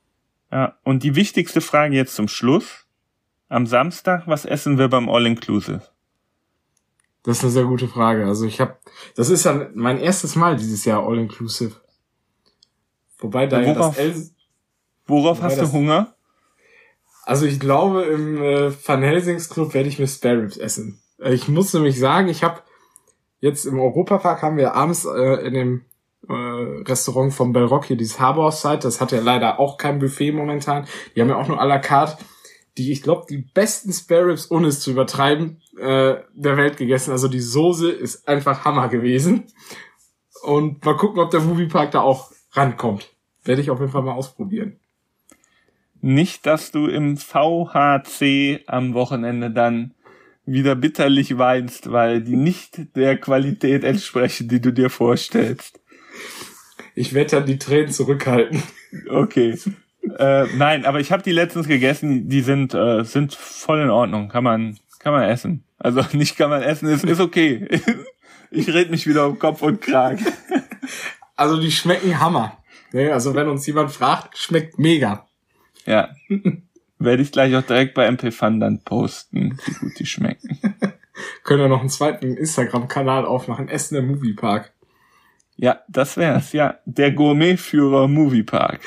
Ja, und die wichtigste Frage jetzt zum Schluss. Am Samstag, was essen wir beim All-Inclusive? Das ist eine sehr gute Frage. Also das ist ja mein erstes Mal dieses Jahr All-Inclusive. Wobei da worauf hast du Hunger? Also ich glaube, im Van Helsings Club werde ich mir Spare Ribs essen. Ich muss nämlich sagen, ich habe jetzt im Europapark haben wir abends in dem Restaurant vom Bellrock hier, dieses Harbour Side, das hat ja leider auch kein Buffet momentan. Die haben ja auch nur à la carte ich glaube, die besten Spare Ribs, ohne es zu übertreiben, der Welt gegessen. Also die Soße ist einfach Hammer gewesen. Und mal gucken, ob der Moviepark da auch rankommt. Werde ich auf jeden Fall mal ausprobieren. Nicht, dass du im VHC am Wochenende dann wieder bitterlich weinst, weil die nicht der Qualität entsprechen, die du dir vorstellst. Ich werde dann die Tränen zurückhalten. Okay. Nein, aber ich habe die letztens gegessen, die sind voll in Ordnung, kann man essen. Also nicht kann man essen, ist okay. Ich red mich wieder um Kopf und Kragen. Also die schmecken Hammer. Also wenn uns jemand fragt, schmeckt mega. Ja. Werde ich gleich auch direkt bei MP Fun dann posten, wie gut die schmecken. Können wir noch einen zweiten Instagram-Kanal aufmachen, Essen im Moviepark. Ja, das wär's, ja. Der Gourmetführer Moviepark.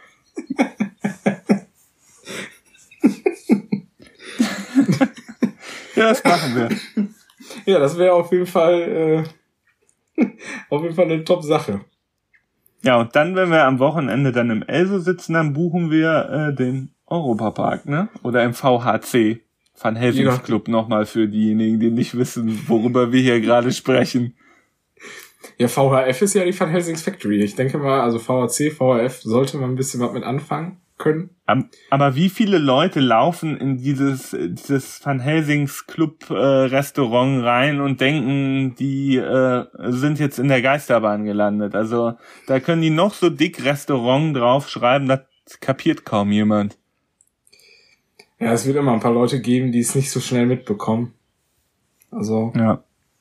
Ja, das machen wir. Ja, das wäre auf jeden Fall eine Top-Sache. Ja, und dann, wenn wir am Wochenende dann im Elso sitzen, dann buchen wir den Europapark, ne? Oder im VHC, Van Helsings Club, nochmal für diejenigen, die nicht wissen, worüber wir hier gerade sprechen. Ja, VHF ist ja die Van Helsings Factory. Ich denke mal, also VHC, VHF sollte man ein bisschen was mit anfangen können. Aber wie viele Leute laufen in dieses Van Helsings Club Restaurant rein und denken, die sind jetzt in der Geisterbahn gelandet? Also da können die noch so dick Restaurant draufschreiben, das kapiert kaum jemand. Ja, es wird immer ein paar Leute geben, die es nicht so schnell mitbekommen. Also ja.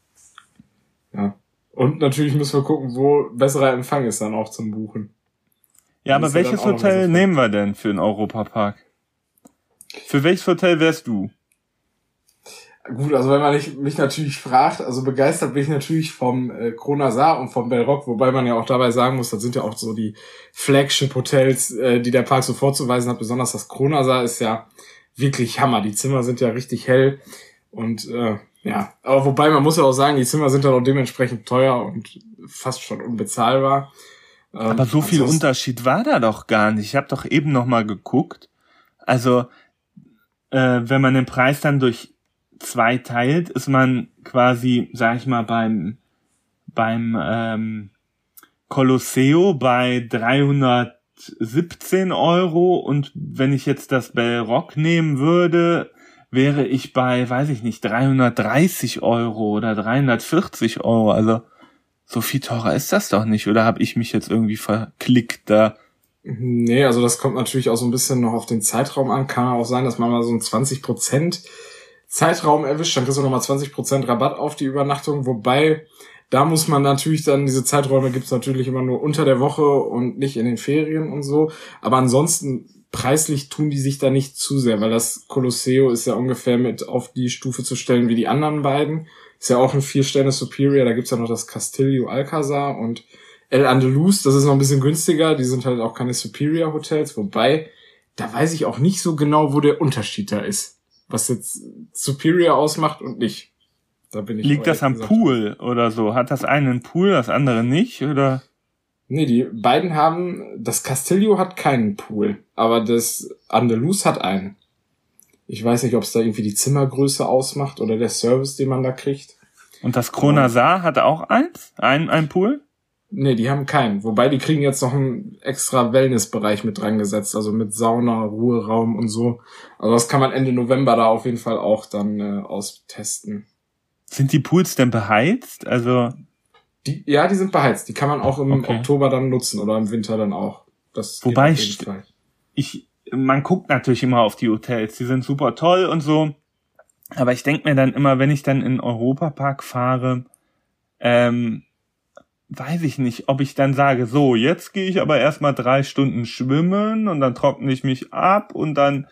Und natürlich müssen wir gucken, wo besserer Empfang ist dann auch zum Buchen. Ja, aber welches Hotel nehmen wir denn für den Europapark? Für welches Hotel wärst du? Gut, also wenn man mich natürlich fragt, also begeistert bin ich natürlich vom Kronasar und vom Bellrock, wobei man ja auch dabei sagen muss, das sind ja auch so die Flagship-Hotels, die der Park so vorzuweisen hat. Besonders das Kronasar ist ja wirklich Hammer. Die Zimmer sind ja richtig hell und ja, aber wobei man muss ja auch sagen, die Zimmer sind dann auch dementsprechend teuer und fast schon unbezahlbar. Aber so viel Unterschied war da doch gar nicht. Ich habe doch eben noch mal geguckt. Also wenn man den Preis dann durch 2 teilt, ist man quasi, sag ich mal, beim Colosseo bei 317 Euro und wenn ich jetzt das Bellrock nehmen würde, wäre ich bei, weiß ich nicht, 330 Euro oder 340 Euro. Also so viel teurer ist das doch nicht, oder habe ich mich jetzt irgendwie verklickt da? Nee, also das kommt natürlich auch so ein bisschen noch auf den Zeitraum an. Kann auch sein, dass man mal so einen 20% Zeitraum erwischt, dann kriegst du nochmal 20% Rabatt auf die Übernachtung, wobei da muss man natürlich dann, diese Zeiträume gibt's natürlich immer nur unter der Woche und nicht in den Ferien und so, aber ansonsten preislich tun die sich da nicht zu sehr, weil das Colosseo ist ja ungefähr mit auf die Stufe zu stellen wie die anderen beiden. Ist ja auch ein 4-Sterne Superior, da gibt's ja noch das Castillo Alcazar und El Andalus, das ist noch ein bisschen günstiger, die sind halt auch keine Superior Hotels, wobei, da weiß ich auch nicht so genau, wo der Unterschied da ist, was jetzt Superior ausmacht und nicht. Da bin ich Liegt das am Pool oder so? Hat das eine einen Pool, das andere nicht, oder? Nee, die beiden das Castillo hat keinen Pool, aber das Andalus hat einen. Ich weiß nicht, ob es da irgendwie die Zimmergröße ausmacht oder der Service, den man da kriegt. Und das Kronasar hat auch eins? Ein Pool? Nee, die haben keinen. Wobei, die kriegen jetzt noch einen extra Wellnessbereich mit dran gesetzt, also mit Sauna, Ruheraum und so. Also das kann man Ende November da auf jeden Fall auch dann austesten. Sind die Pools denn beheizt? Also die sind beheizt. Die kann man auch im Oktober dann nutzen oder im Winter dann auch. Das wobei man guckt natürlich immer auf die Hotels. Die sind super toll und so. Aber ich denke mir dann immer, wenn ich dann in den Europapark fahre, weiß ich nicht, ob ich dann sage, so, jetzt gehe ich aber erstmal 3 Stunden schwimmen und dann trockne ich mich ab und dann,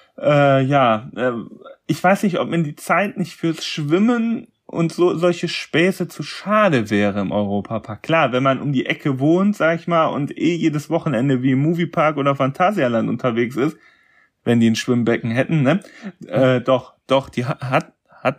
ich weiß nicht, ob mir die Zeit nicht fürs Schwimmen und solche Späße zu schade wäre im Europapark. Klar, wenn man um die Ecke wohnt, sag ich mal, und jedes Wochenende wie im Moviepark oder Phantasialand unterwegs ist, wenn die ein Schwimmbecken hätten, ne? Doch, die hat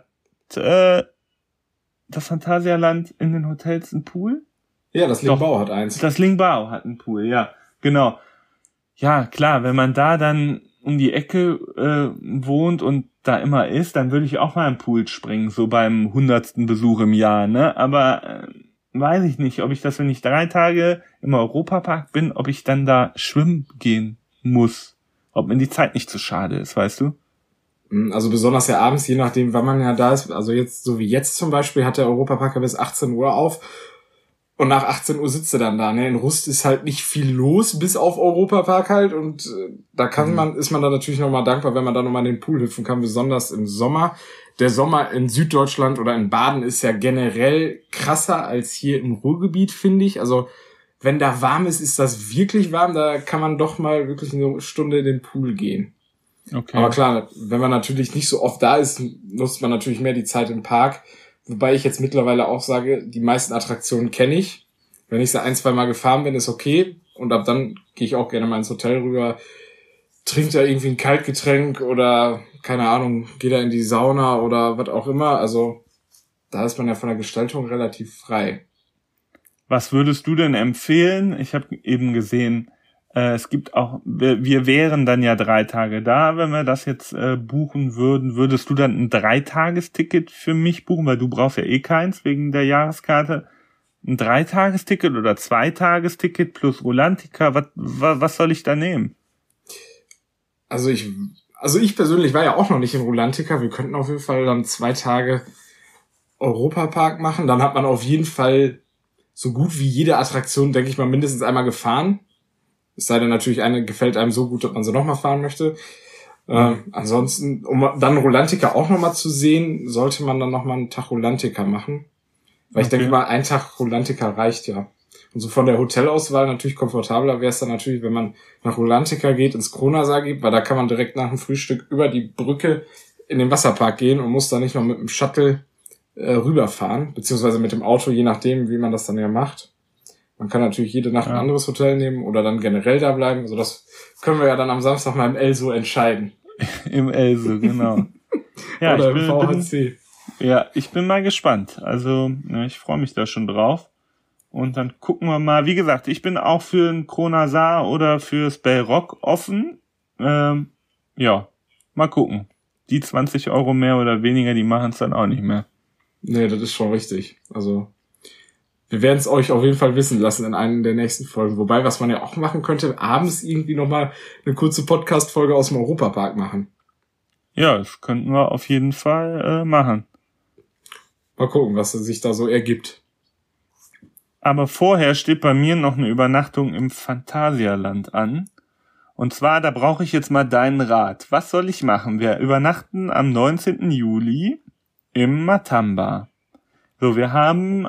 das Phantasialand in den Hotels einen Pool? Ja, das Lingbao hat eins. Das Lingbao hat einen Pool, ja, genau. Ja, klar, wenn man da dann um die Ecke wohnt und da immer ist, dann würde ich auch mal im Pool springen, so beim 100. Besuch im Jahr, ne? Aber weiß ich nicht, ob ich das, wenn ich 3 Tage im Europapark bin, ob ich dann da schwimmen gehen muss. Ob mir die Zeit nicht zu schade ist, weißt du? Also besonders ja abends, je nachdem, wann man ja da ist. Also jetzt, so wie jetzt zum Beispiel, hat der Europapark ja bis 18 Uhr auf. Und nach 18 Uhr sitzt er dann da, ne? In Rust ist halt nicht viel los, bis auf Europapark halt. Und da ist man dann natürlich nochmal dankbar, wenn man da nochmal in den Pool hüpfen kann, besonders im Sommer. Der Sommer in Süddeutschland oder in Baden ist ja generell krasser als hier im Ruhrgebiet, finde ich. Also wenn da warm ist, ist das wirklich warm. Da kann man doch mal wirklich eine Stunde in den Pool gehen. Okay. Aber klar, wenn man natürlich nicht so oft da ist, nutzt man natürlich mehr die Zeit im Park. Wobei ich jetzt mittlerweile auch sage, die meisten Attraktionen kenne ich. Wenn ich sie 1-2 Mal gefahren bin, ist okay. Und ab dann gehe ich auch gerne mal ins Hotel rüber, trinke da irgendwie ein Kaltgetränk oder, keine Ahnung, gehe da in die Sauna oder was auch immer. Also da ist man ja von der Gestaltung relativ frei. Was würdest du denn empfehlen? Ich habe eben gesehen, es gibt auch, wir wären dann ja 3 Tage da, wenn wir das jetzt buchen würden. Würdest du dann ein 3-Tagesticket für mich buchen? Weil du brauchst ja eh keins wegen der Jahreskarte. Ein 3-Tagesticket oder 2-Tagesticket plus Rulantica? Was soll ich da nehmen? Also ich persönlich war ja auch noch nicht in Rulantica. Wir könnten auf jeden Fall dann 2 Tage Europapark machen. Dann hat man auf jeden Fall so gut wie jede Attraktion, denke ich mal, mindestens einmal gefahren. Es sei denn natürlich, eine gefällt einem so gut, dass man sie nochmal fahren möchte. Ansonsten, um dann Rulantica auch nochmal zu sehen, sollte man dann nochmal einen Tag Rulantica machen. Weil ich denke mal, ein Tag Rulantica reicht ja. Und so von der Hotelauswahl natürlich komfortabler wäre es dann natürlich, wenn man nach Rulantica geht, ins Kronasar geht, weil da kann man direkt nach dem Frühstück über die Brücke in den Wasserpark gehen und muss da nicht noch mit dem Shuttle rüberfahren, beziehungsweise mit dem Auto, je nachdem, wie man das dann ja macht. Man kann natürlich jede Nacht ein anderes Hotel nehmen oder dann generell da bleiben. Also das können wir ja dann am Samstag mal im Elso entscheiden. Im Elso, genau. Ja, oder im VHC. Ich bin mal gespannt. Also ich freue mich da schon drauf. Und dann gucken wir mal. Wie gesagt, ich bin auch für ein Kronasar oder fürs Bellrock offen. Mal gucken. Die 20 € mehr oder weniger, die machen es dann auch nicht mehr. Nee, das ist schon richtig. Also wir werden es euch auf jeden Fall wissen lassen in einer der nächsten Folgen. Wobei, was man ja auch machen könnte, abends irgendwie nochmal eine kurze Podcast-Folge aus dem Europapark machen. Ja, das könnten wir auf jeden Fall machen. Mal gucken, was sich da so ergibt. Aber vorher steht bei mir noch eine Übernachtung im Phantasialand an. Und zwar, da brauche ich jetzt mal deinen Rat. Was soll ich machen? Wir übernachten am 19. Juli im Matamba. So, wir haben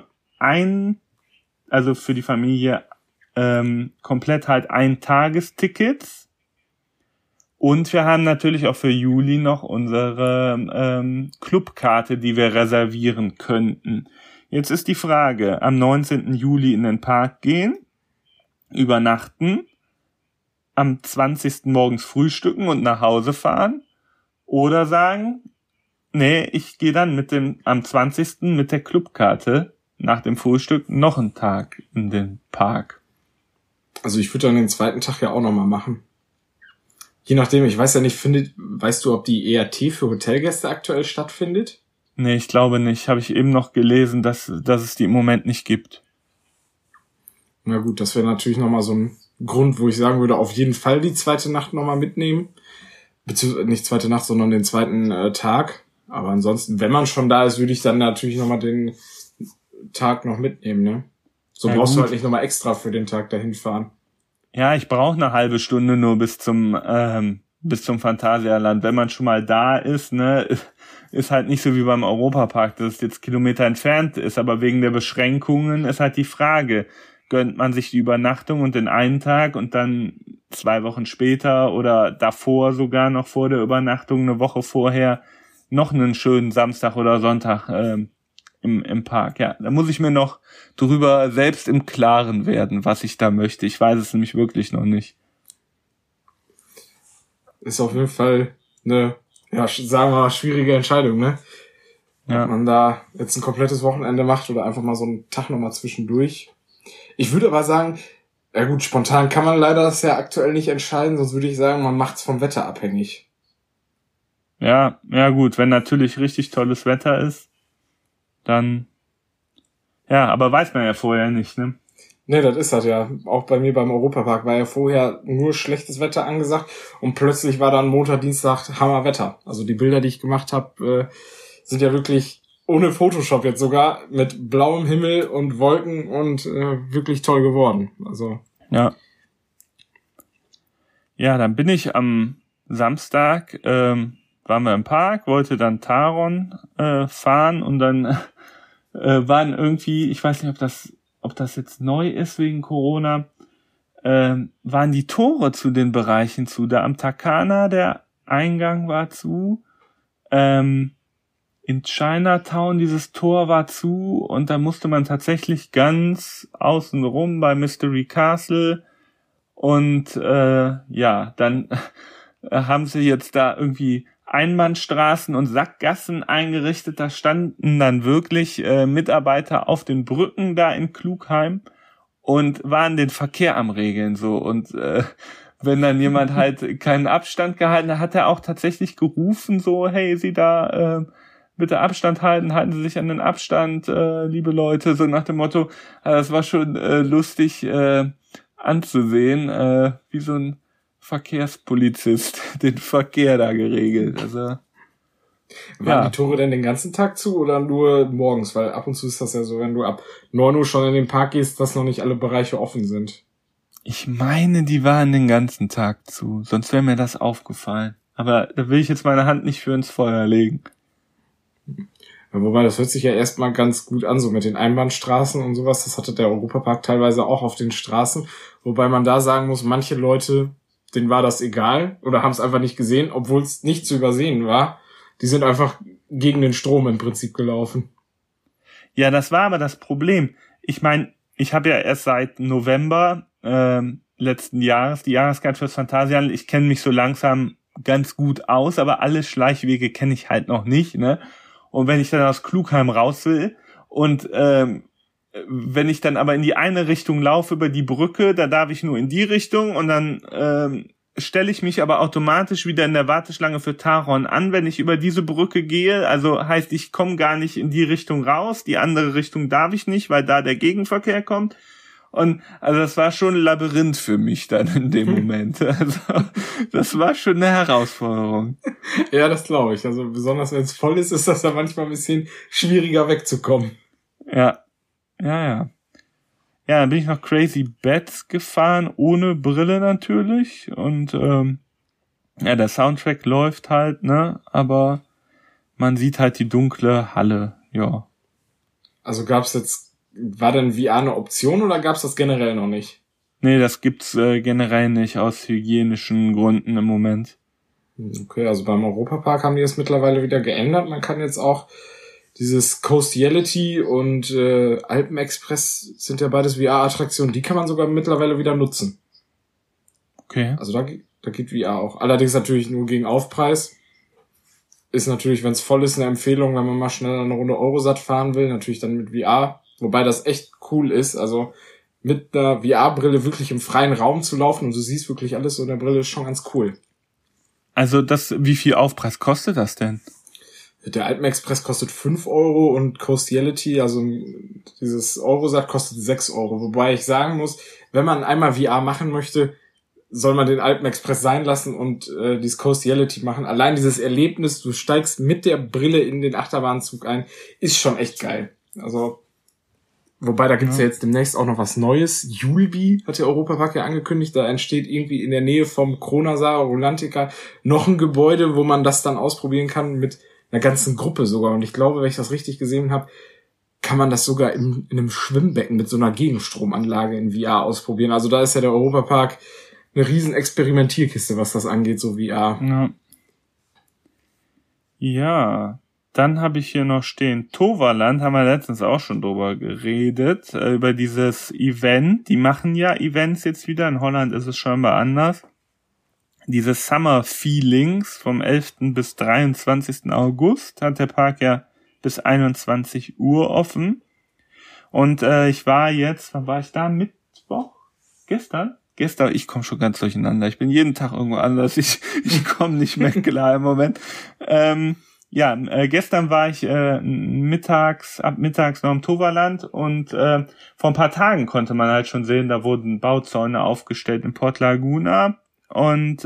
für die Familie komplett halt 1-Tagestickets. Und wir haben natürlich auch für Juli noch unsere Clubkarte, die wir reservieren könnten. Jetzt ist die Frage, am 19. Juli in den Park gehen, übernachten, am 20. morgens frühstücken und nach Hause fahren oder sagen, nee, ich gehe dann am 20. mit der Clubkarte nach dem Frühstück noch einen Tag in den Park. Also ich würde dann den 2. Tag ja auch nochmal machen. Je nachdem, ich weiß ja nicht, weißt du, ob die ERT für Hotelgäste aktuell stattfindet? Nee, ich glaube nicht. Habe ich eben noch gelesen, dass es die im Moment nicht gibt. Na gut, das wäre natürlich nochmal so ein Grund, wo ich sagen würde, auf jeden Fall die 2. Nacht nochmal mitnehmen. Beziehungsweise nicht 2. Nacht, sondern den 2. Tag. Aber ansonsten, wenn man schon da ist, würde ich dann natürlich nochmal den Tag noch mitnehmen, ne? So ja, brauchst du halt nicht nochmal extra für den Tag dahin fahren. Ja, ich brauche eine halbe Stunde nur bis zum Phantasialand. Wenn man schon mal da ist, ne, ist halt nicht so wie beim Europapark, dass es jetzt Kilometer entfernt ist, aber wegen der Beschränkungen ist halt die Frage, gönnt man sich die Übernachtung und den einen Tag und dann 2 Wochen später oder davor sogar noch vor der Übernachtung, eine Woche vorher, noch einen schönen Samstag oder Sonntag im Park. Ja, da muss ich mir noch drüber selbst im Klaren werden, was ich da möchte. Ich weiß es nämlich wirklich noch nicht. Ist auf jeden Fall eine, ja, sagen wir mal, schwierige Entscheidung, ne? Ja. Ob man da jetzt ein komplettes Wochenende macht oder einfach mal so einen Tag nochmal zwischendurch. Ich würde aber sagen, ja gut, spontan kann man leider das ja aktuell nicht entscheiden, sonst würde ich sagen, man macht's vom Wetter abhängig. Ja, gut, wenn natürlich richtig tolles Wetter ist, dann, ja, aber weiß man ja vorher nicht, ne? Nee, das ist das ja. Auch bei mir beim Europapark war ja vorher nur schlechtes Wetter angesagt und plötzlich war dann Montag, Dienstag Hammerwetter. Also die Bilder, die ich gemacht habe, sind ja wirklich ohne Photoshop jetzt sogar mit blauem Himmel und Wolken und wirklich toll geworden. Also ja. Ja, dann bin ich am Samstag, waren wir im Park, wollte dann Taron fahren und dann waren irgendwie, ich weiß nicht, ob das jetzt neu ist wegen Corona, waren die Tore zu den Bereichen zu. Da am Takana, der Eingang war zu, in Chinatown, dieses Tor war zu und da musste man tatsächlich ganz außen rum bei Mystery Castle und ja, dann haben sie jetzt da irgendwie Einbahnstraßen und Sackgassen eingerichtet. Da standen dann wirklich Mitarbeiter auf den Brücken da in Klugheim und waren den Verkehr am Regeln so. Und wenn dann jemand halt keinen Abstand gehalten hat, hat er auch tatsächlich gerufen so, hey, Sie da bitte Abstand halten Sie sich an den Abstand, liebe Leute, so nach dem Motto. Das war schon lustig anzusehen, wie so ein Verkehrspolizist den Verkehr da geregelt. Also waren die Tore denn den ganzen Tag zu oder nur morgens? Weil ab und zu ist das ja so, wenn du ab 9 Uhr schon in den Park gehst, dass noch nicht alle Bereiche offen sind. Ich meine, die waren den ganzen Tag zu. Sonst wäre mir das aufgefallen. Aber da will ich jetzt meine Hand nicht für ins Feuer legen. Ja, wobei, das hört sich ja erstmal ganz gut an, so mit den Einbahnstraßen und sowas. Das hatte der Europapark teilweise auch auf den Straßen. Wobei man da sagen muss, manche Leute, denen war das egal oder haben es einfach nicht gesehen, obwohl es nicht zu übersehen war. Die sind einfach gegen den Strom im Prinzip gelaufen. Ja, das war aber das Problem. Ich meine, ich habe ja erst seit November letzten Jahres die Jahreskarte fürs Phantasialand. Ich kenne mich so langsam ganz gut aus, aber alle Schleichwege kenne ich halt noch nicht, ne? Und wenn ich dann aus Klugheim raus will und wenn ich dann aber in die eine Richtung laufe über die Brücke, da darf ich nur in die Richtung und dann stelle ich mich aber automatisch wieder in der Warteschlange für Taron an, wenn ich über diese Brücke gehe. Also heißt, ich komme gar nicht in die Richtung raus, die andere Richtung darf ich nicht, weil da der Gegenverkehr kommt. Und also das war schon ein Labyrinth für mich dann in dem Moment. Also das war schon eine Herausforderung. Ja, das glaube ich. Also besonders wenn es voll ist, ist das ja manchmal ein bisschen schwieriger wegzukommen. Ja. Ja, dann bin ich noch Crazy Bats gefahren, ohne Brille natürlich. Und ja, der Soundtrack läuft halt, ne? Aber man sieht halt die dunkle Halle, ja. Also war denn VR eine Option oder gab's das generell noch nicht? Nee, das gibt's generell nicht, aus hygienischen Gründen im Moment. Okay, also beim Europapark haben die es mittlerweile wieder geändert. Man kann jetzt auch dieses Coastiality und Alpenexpress sind ja beides VR-Attraktionen, die kann man sogar mittlerweile wieder nutzen. Okay. Also da geht VR auch. Allerdings natürlich nur gegen Aufpreis. Ist natürlich, wenn es voll ist, eine Empfehlung, wenn man mal schnell eine Runde Eurosat fahren will, natürlich dann mit VR. Wobei das echt cool ist, also mit einer VR-Brille wirklich im freien Raum zu laufen und du siehst wirklich alles so in der Brille, ist schon ganz cool. Also wie viel Aufpreis kostet das denn? Der Alpenexpress kostet 5 Euro und Coastiality, also dieses Eurosat, kostet 6 Euro. Wobei ich sagen muss, wenn man einmal VR machen möchte, soll man den Alpenexpress sein lassen und dieses Coastiality machen. Allein dieses Erlebnis, du steigst mit der Brille in den Achterbahnzug ein, ist schon echt geil. Also, wobei da gibt's ja jetzt demnächst auch noch was Neues. Julbi hat der Europapark ja angekündigt, da entsteht irgendwie in der Nähe vom Kronasar Rolantica noch ein Gebäude, wo man das dann ausprobieren kann mit einer ganzen Gruppe sogar. Und ich glaube, wenn ich das richtig gesehen habe, kann man das sogar in einem Schwimmbecken mit so einer Gegenstromanlage in VR ausprobieren. Also da ist ja der Europapark eine riesen Experimentierkiste, was das angeht, so VR. Ja, dann habe ich hier noch stehen, Toverland, haben wir letztens auch schon drüber geredet, über dieses Event. Die machen ja Events jetzt wieder, in Holland ist es scheinbar anders. Diese Summer Feelings vom 11. bis 23. August hat der Park ja bis 21 Uhr offen. Und ich war jetzt, wann war ich da? Mittwoch? Gestern, ich komme schon ganz durcheinander. Ich bin jeden Tag irgendwo anders. Ich komme nicht mehr klar im Moment. Gestern war ich ab mittags noch im Toverland und vor ein paar Tagen konnte man halt schon sehen, da wurden Bauzäune aufgestellt in Port Laguna. Und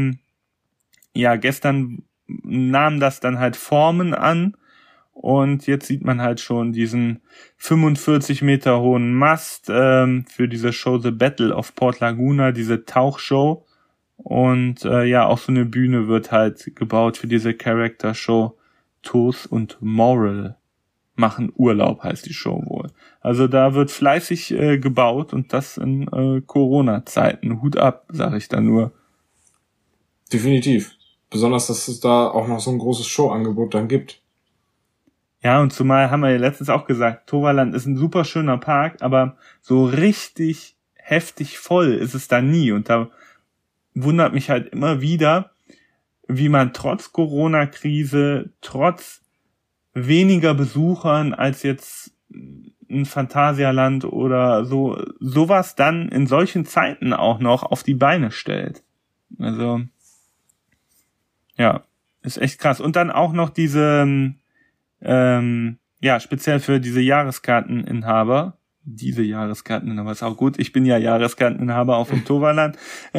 gestern nahm das dann halt Formen an. Und jetzt sieht man halt schon diesen 45 Meter hohen Mast für diese Show The Battle of Port Laguna, diese Tauchshow. Und auch so eine Bühne wird halt gebaut für diese Character Show. Tooth und Moral machen Urlaub, heißt die Show wohl. Also da wird fleißig gebaut und das in Corona-Zeiten. Hut ab, sage ich da nur. Definitiv. Besonders, dass es da auch noch so ein großes Showangebot dann gibt. Ja, und zumal haben wir ja letztens auch gesagt, Toverland ist ein super schöner Park, aber so richtig heftig voll ist es da nie. Und da wundert mich halt immer wieder, wie man trotz Corona-Krise, trotz weniger Besuchern als jetzt ein Phantasialand oder sowas dann in solchen Zeiten auch noch auf die Beine stellt. Also, ja, ist echt krass. Und dann auch noch diese speziell für diese Jahreskarteninhaber. Ist auch gut. Ich bin ja Jahreskarteninhaber auch im Toverland.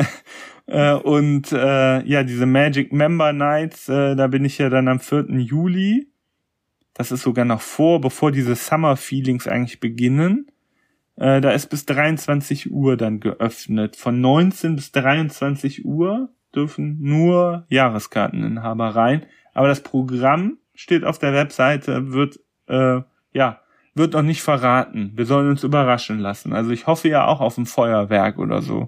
Diese Magic Member Nights, da bin ich ja dann am 4. Juli. Das ist sogar noch bevor diese Summer Feelings eigentlich beginnen. Da ist bis 23 Uhr dann geöffnet. Von 19 bis 23 Uhr dürfen nur Jahreskarteninhaber rein. Aber das Programm steht auf der Webseite, wird noch nicht verraten. Wir sollen uns überraschen lassen. Also ich hoffe ja auch auf ein Feuerwerk oder so.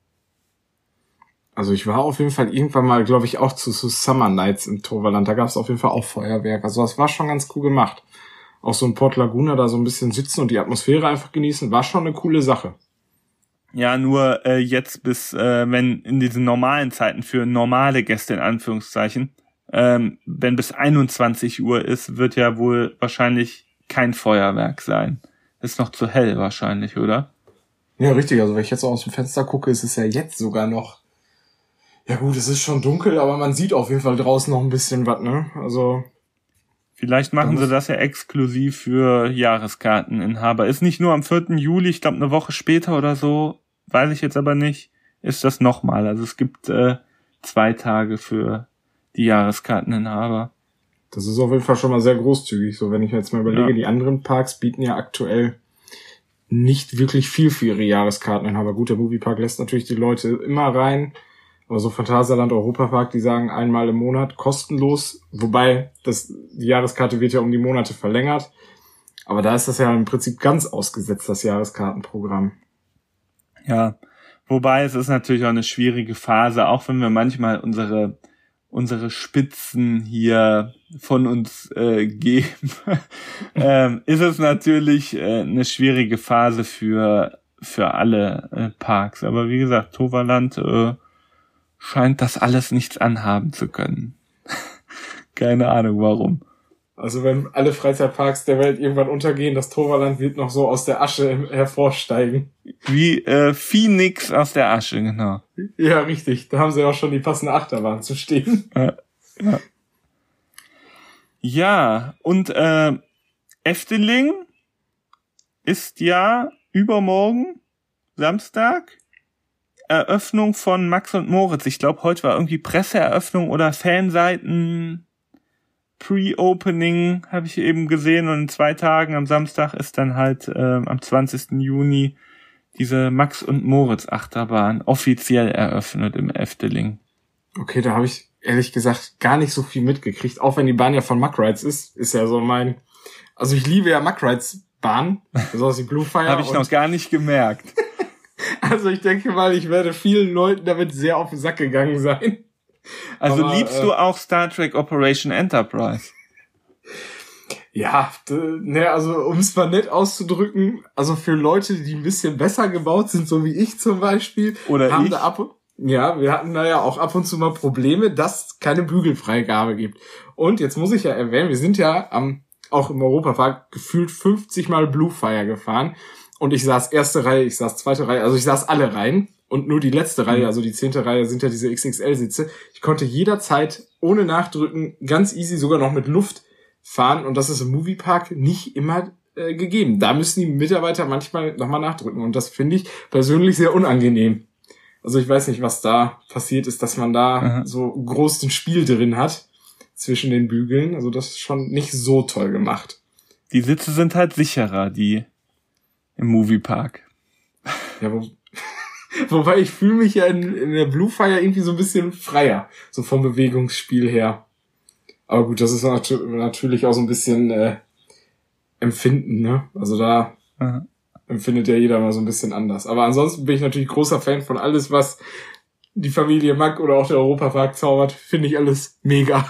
Also ich war auf jeden Fall irgendwann mal, glaube ich, auch zu Summer Nights im Toverland. Da gab es auf jeden Fall auch Feuerwerk. Also das war schon ganz cool gemacht. Auch so in Port Laguna da so ein bisschen sitzen und die Atmosphäre einfach genießen, war schon eine coole Sache. Ja, nur jetzt wenn in diesen normalen Zeiten für normale Gäste in Anführungszeichen, wenn bis 21 Uhr ist, wird ja wohl wahrscheinlich kein Feuerwerk sein. Ist noch zu hell wahrscheinlich, oder? Ja, richtig. Also wenn ich jetzt aus dem Fenster gucke, ist es ja jetzt sogar noch. Ja gut, es ist schon dunkel, aber man sieht auf jeden Fall draußen noch ein bisschen was, ne? Also vielleicht machen sie das ja exklusiv für Jahreskarteninhaber. Ist nicht nur am 4. Juli, ich glaube eine Woche später oder so, weiß ich jetzt aber nicht, ist das nochmal. Also es gibt 2 Tage für die Jahreskarteninhaber. Das ist auf jeden Fall schon mal sehr großzügig. So, wenn ich mir jetzt mal überlege, Die anderen Parks bieten ja aktuell nicht wirklich viel für ihre Jahreskarteninhaber. Gut, der Moviepark lässt natürlich die Leute immer rein. Aber so Phantasialand, Europapark, die sagen einmal im Monat kostenlos. Wobei, die Jahreskarte wird ja um die Monate verlängert. Aber da ist das ja im Prinzip ganz ausgesetzt, das Jahreskartenprogramm. Ja, wobei es ist natürlich auch eine schwierige Phase, auch wenn wir manchmal unsere Spitzen hier von uns geben, ist es natürlich eine schwierige Phase für alle Parks. Aber wie gesagt, Toverland scheint das alles nichts anhaben zu können. Keine Ahnung warum. Also wenn alle Freizeitparks der Welt irgendwann untergehen, das Toverland wird noch so aus der Asche hervorsteigen. Wie Phoenix aus der Asche, genau. Ja, richtig. Da haben sie auch schon die passende Achterbahn zu stehen. Ja, und Efteling ist ja übermorgen, Samstag, Eröffnung von Max und Moritz. Ich glaube, heute war irgendwie Presseeröffnung oder Fanseiten Pre-Opening, habe ich eben gesehen. Und in 2 Tagen, am Samstag, ist dann halt am 20. Juni diese Max und Moritz Achterbahn offiziell eröffnet im Efteling. Okay, da habe ich ehrlich gesagt gar nicht so viel mitgekriegt, auch wenn die Bahn ja von Mack Rides ist ja so also ich liebe ja Mack Rides Bahn, besonders die Bluefire. Habe ich noch gar nicht gemerkt. Also ich denke mal, ich werde vielen Leuten damit sehr auf den Sack gegangen sein. Also aber, liebst du auch Star Trek Operation Enterprise? Ja, also um es mal nett auszudrücken, also für Leute, die ein bisschen besser gebaut sind, so wie ich zum Beispiel, oder haben ich? Wir hatten da ja auch ab und zu mal Probleme, dass es keine Bügelfreigabe gibt. Und jetzt muss ich ja erwähnen, wir sind ja auch im Europapark gefühlt 50 Mal Bluefire gefahren. Und ich saß erste Reihe, ich saß zweite Reihe, also ich saß alle Reihen. Und nur die letzte Reihe, also die 10. Reihe, sind ja diese XXL-Sitze. Ich konnte jederzeit ohne Nachdrücken ganz easy sogar noch mit Luft fahren. Und das ist im Moviepark nicht immer gegeben. Da müssen die Mitarbeiter manchmal nochmal nachdrücken. Und das finde ich persönlich sehr unangenehm. Also ich weiß nicht, was da passiert ist, dass man da so groß ein Spiel drin hat zwischen den Bügeln. Also das ist schon nicht so toll gemacht. Die Sitze sind halt sicherer, die im Moviepark. Ja, wobei ich fühle mich ja in der Bluefire irgendwie so ein bisschen freier, so vom Bewegungsspiel her. Aber gut, das ist natürlich auch so ein bisschen Empfinden, ne? Also da empfindet ja jeder mal so ein bisschen anders. Aber ansonsten bin ich natürlich großer Fan von alles, was die Familie Mack oder auch der Europapark zaubert. Finde ich alles mega.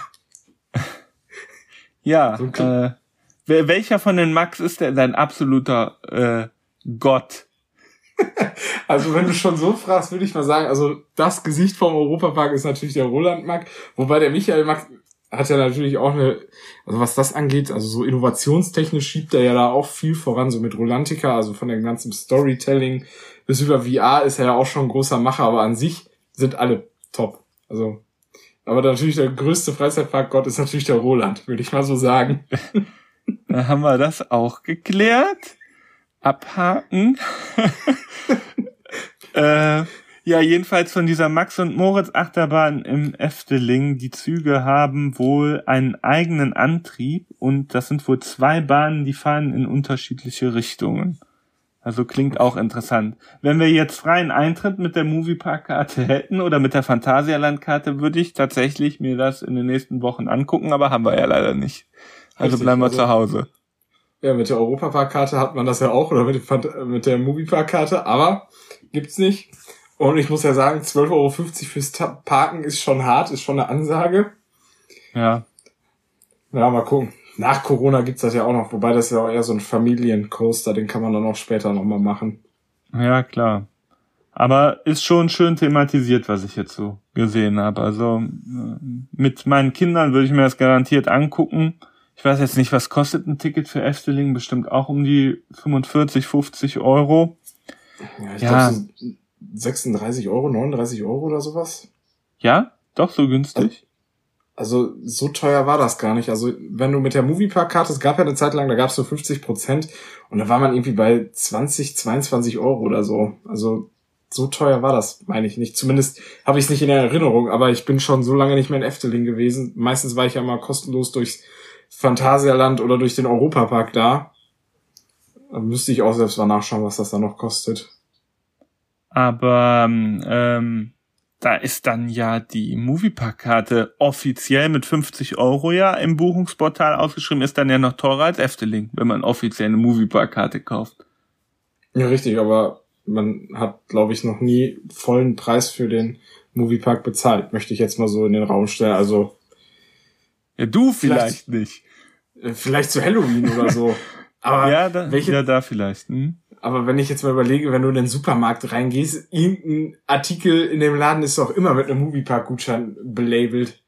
Ja, so welcher von den Macks ist denn dein absoluter Gott? Also wenn du schon so fragst, würde ich mal sagen, also das Gesicht vom Europapark ist natürlich der Roland Mack, wobei der Michael Mack hat ja natürlich auch also was das angeht, also so innovationstechnisch schiebt er ja da auch viel voran, so mit Rolantica, also von dem ganzen Storytelling bis über VR ist er ja auch schon ein großer Macher, aber an sich sind alle top. Also, aber natürlich der größte Freizeitpark-Gott ist natürlich der Roland, würde ich mal so sagen. Da haben wir das auch geklärt. Abhaken. Ja, jedenfalls von dieser Max und Moritz Achterbahn im Efteling. Die Züge haben wohl einen eigenen Antrieb und das sind wohl 2 Bahnen, die fahren in unterschiedliche Richtungen. Also klingt auch interessant. Wenn wir jetzt freien Eintritt mit der Moviepark-Karte hätten oder mit der Phantasialand-Karte, würde ich tatsächlich mir das in den nächsten Wochen angucken, aber haben wir ja leider nicht. Also bleiben wir zu Hause. Ja, mit der Europapark-Karte hat man das ja auch, oder mit der Moviepark-Karte, aber gibt's nicht. Und ich muss ja sagen, 12,50 Euro fürs Parken ist schon hart, ist schon eine Ansage. Ja. Ja, mal gucken. Nach Corona gibt's das ja auch noch, wobei das ja auch eher so ein Familiencoaster, den kann man dann auch später nochmal machen. Ja, klar. Aber ist schon schön thematisiert, was ich jetzt so gesehen habe. Also mit meinen Kindern würde ich mir das garantiert angucken. Ich weiß jetzt nicht, was kostet ein Ticket für Efteling, bestimmt auch um die 45, 50 Euro. Ja, ich glaube so 36 Euro, 39 Euro oder sowas. Ja, doch so günstig. Also so teuer war das gar nicht. Also wenn du mit der Moviepark-Karte, es gab ja eine Zeit lang, da gab es so 50% und da war man irgendwie bei 20, 22 Euro oder so. Also so teuer war das, meine ich nicht. Zumindest habe ich es nicht in Erinnerung, aber ich bin schon so lange nicht mehr in Efteling gewesen. Meistens war ich ja mal kostenlos durchs Phantasialand oder durch den Europapark da. Da müsste ich auch selbst mal nachschauen, was das da noch kostet. Aber da ist dann ja die Moviepark-Karte offiziell mit 50 Euro ja im Buchungsportal ausgeschrieben, ist dann ja noch teurer als Efteling, wenn man offiziell eine Moviepark-Karte kauft. Ja, richtig, aber man hat, glaube ich, noch nie vollen Preis für den Moviepark bezahlt, möchte ich jetzt mal so in den Raum stellen. Also ja, du vielleicht nicht. Vielleicht zu Halloween oder so. Aber ja, da vielleicht. Aber wenn ich jetzt mal überlege, wenn du in den Supermarkt reingehst, irgendein Artikel in dem Laden ist doch immer mit einem Moviepark-Gutschein belabelt.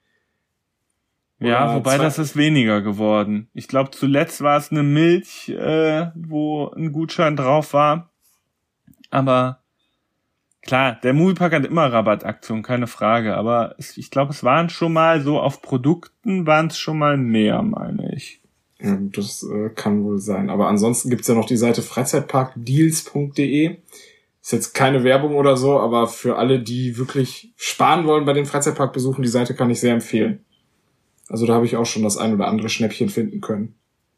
Ja, wobei das ist weniger geworden. Ich glaube, zuletzt war es eine Milch, wo ein Gutschein drauf war. Aber klar, der Moviepark hat immer Rabattaktionen, keine Frage. Aber ich glaube, es waren schon mal so auf Produkten, waren es schon mal mehr, meine ich. Ja, das kann wohl sein. Aber ansonsten gibt's ja noch die Seite freizeitparkdeals.de. Ist jetzt keine Werbung oder so, aber für alle, die wirklich sparen wollen bei den Freizeitparkbesuchen, die Seite kann ich sehr empfehlen. Also da habe ich auch schon das ein oder andere Schnäppchen finden können.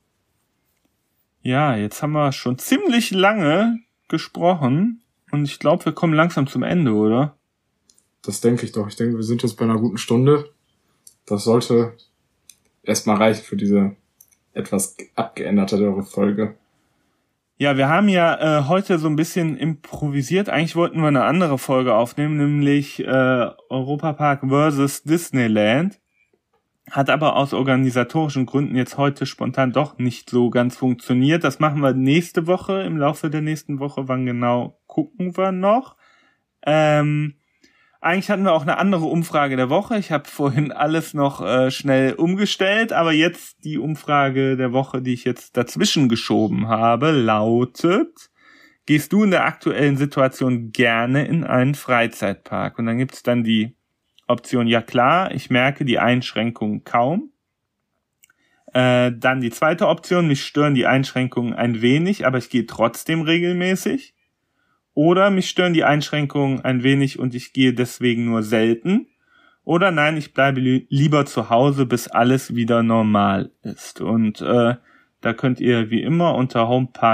Ja, jetzt haben wir schon ziemlich lange gesprochen und ich glaube, wir kommen langsam zum Ende, oder? Das denke ich doch. Ich denke, wir sind jetzt bei einer guten Stunde. das sollte erstmal reichen für diese etwas abgeändertere Folge. Ja, wir haben ja heute so ein bisschen improvisiert. Eigentlich wollten wir eine andere Folge aufnehmen, nämlich Europapark versus Disneyland. Hat aber aus organisatorischen Gründen jetzt heute spontan doch nicht so ganz funktioniert. Das machen wir nächste Woche, im Laufe der nächsten Woche. Wann genau, gucken wir noch. Eigentlich hatten wir auch eine andere Umfrage der Woche. Ich habe vorhin alles noch schnell umgestellt, aber jetzt die Umfrage der Woche, die ich jetzt dazwischen geschoben habe, lautet: Gehst du in der aktuellen Situation gerne in einen Freizeitpark? Und dann gibt's dann die Option, ja klar, ich merke die Einschränkungen kaum. Dann die zweite Option, mich stören die Einschränkungen ein wenig, aber ich gehe trotzdem regelmäßig. Oder mich stören die Einschränkungen ein wenig und ich gehe deswegen nur selten. Oder nein, ich bleibe lieber zu Hause, bis alles wieder normal ist. Und da könnt ihr wie immer unter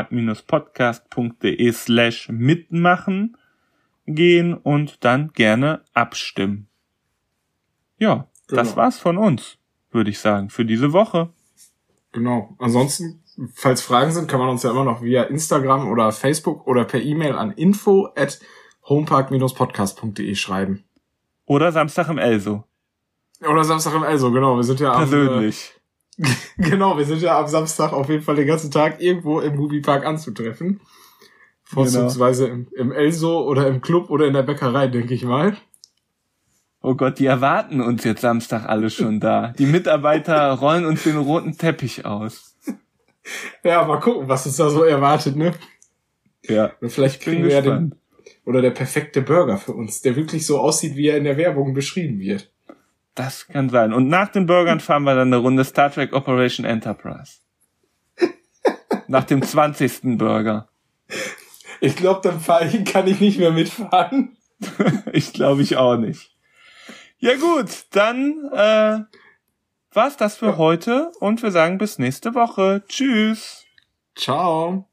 homepark-podcast.de/mitmachen gehen und dann gerne abstimmen. Ja, genau. Das war's von uns, würde ich sagen, für diese Woche. Genau. Ansonsten, falls Fragen sind, kann man uns ja immer noch via Instagram oder Facebook oder per E-Mail an info@homepark-podcast.de schreiben. Oder Samstag im Elso. Oder Samstag im Elso, genau. Wir sind ja persönlich. Genau, wir sind ja am Samstag auf jeden Fall den ganzen Tag irgendwo im Moviepark anzutreffen. Vorzugsweise im Elso oder im Club oder in der Bäckerei, denke ich mal. Oh Gott, die erwarten uns jetzt Samstag alle schon da. Die Mitarbeiter rollen uns den roten Teppich aus. Ja, mal gucken, was uns da so erwartet, ne? Ja. Und vielleicht kriegen wir ja der perfekte Burger für uns, der wirklich so aussieht, wie er in der Werbung beschrieben wird. Das kann sein. Und nach den Burgern fahren wir dann eine Runde Star Trek Operation Enterprise. Nach dem 20. Burger. Ich glaube, dann kann ich nicht mehr mitfahren. Ich glaube, ich auch nicht. Ja gut, dann war's das für heute und wir sagen bis nächste Woche. Tschüss. Ciao.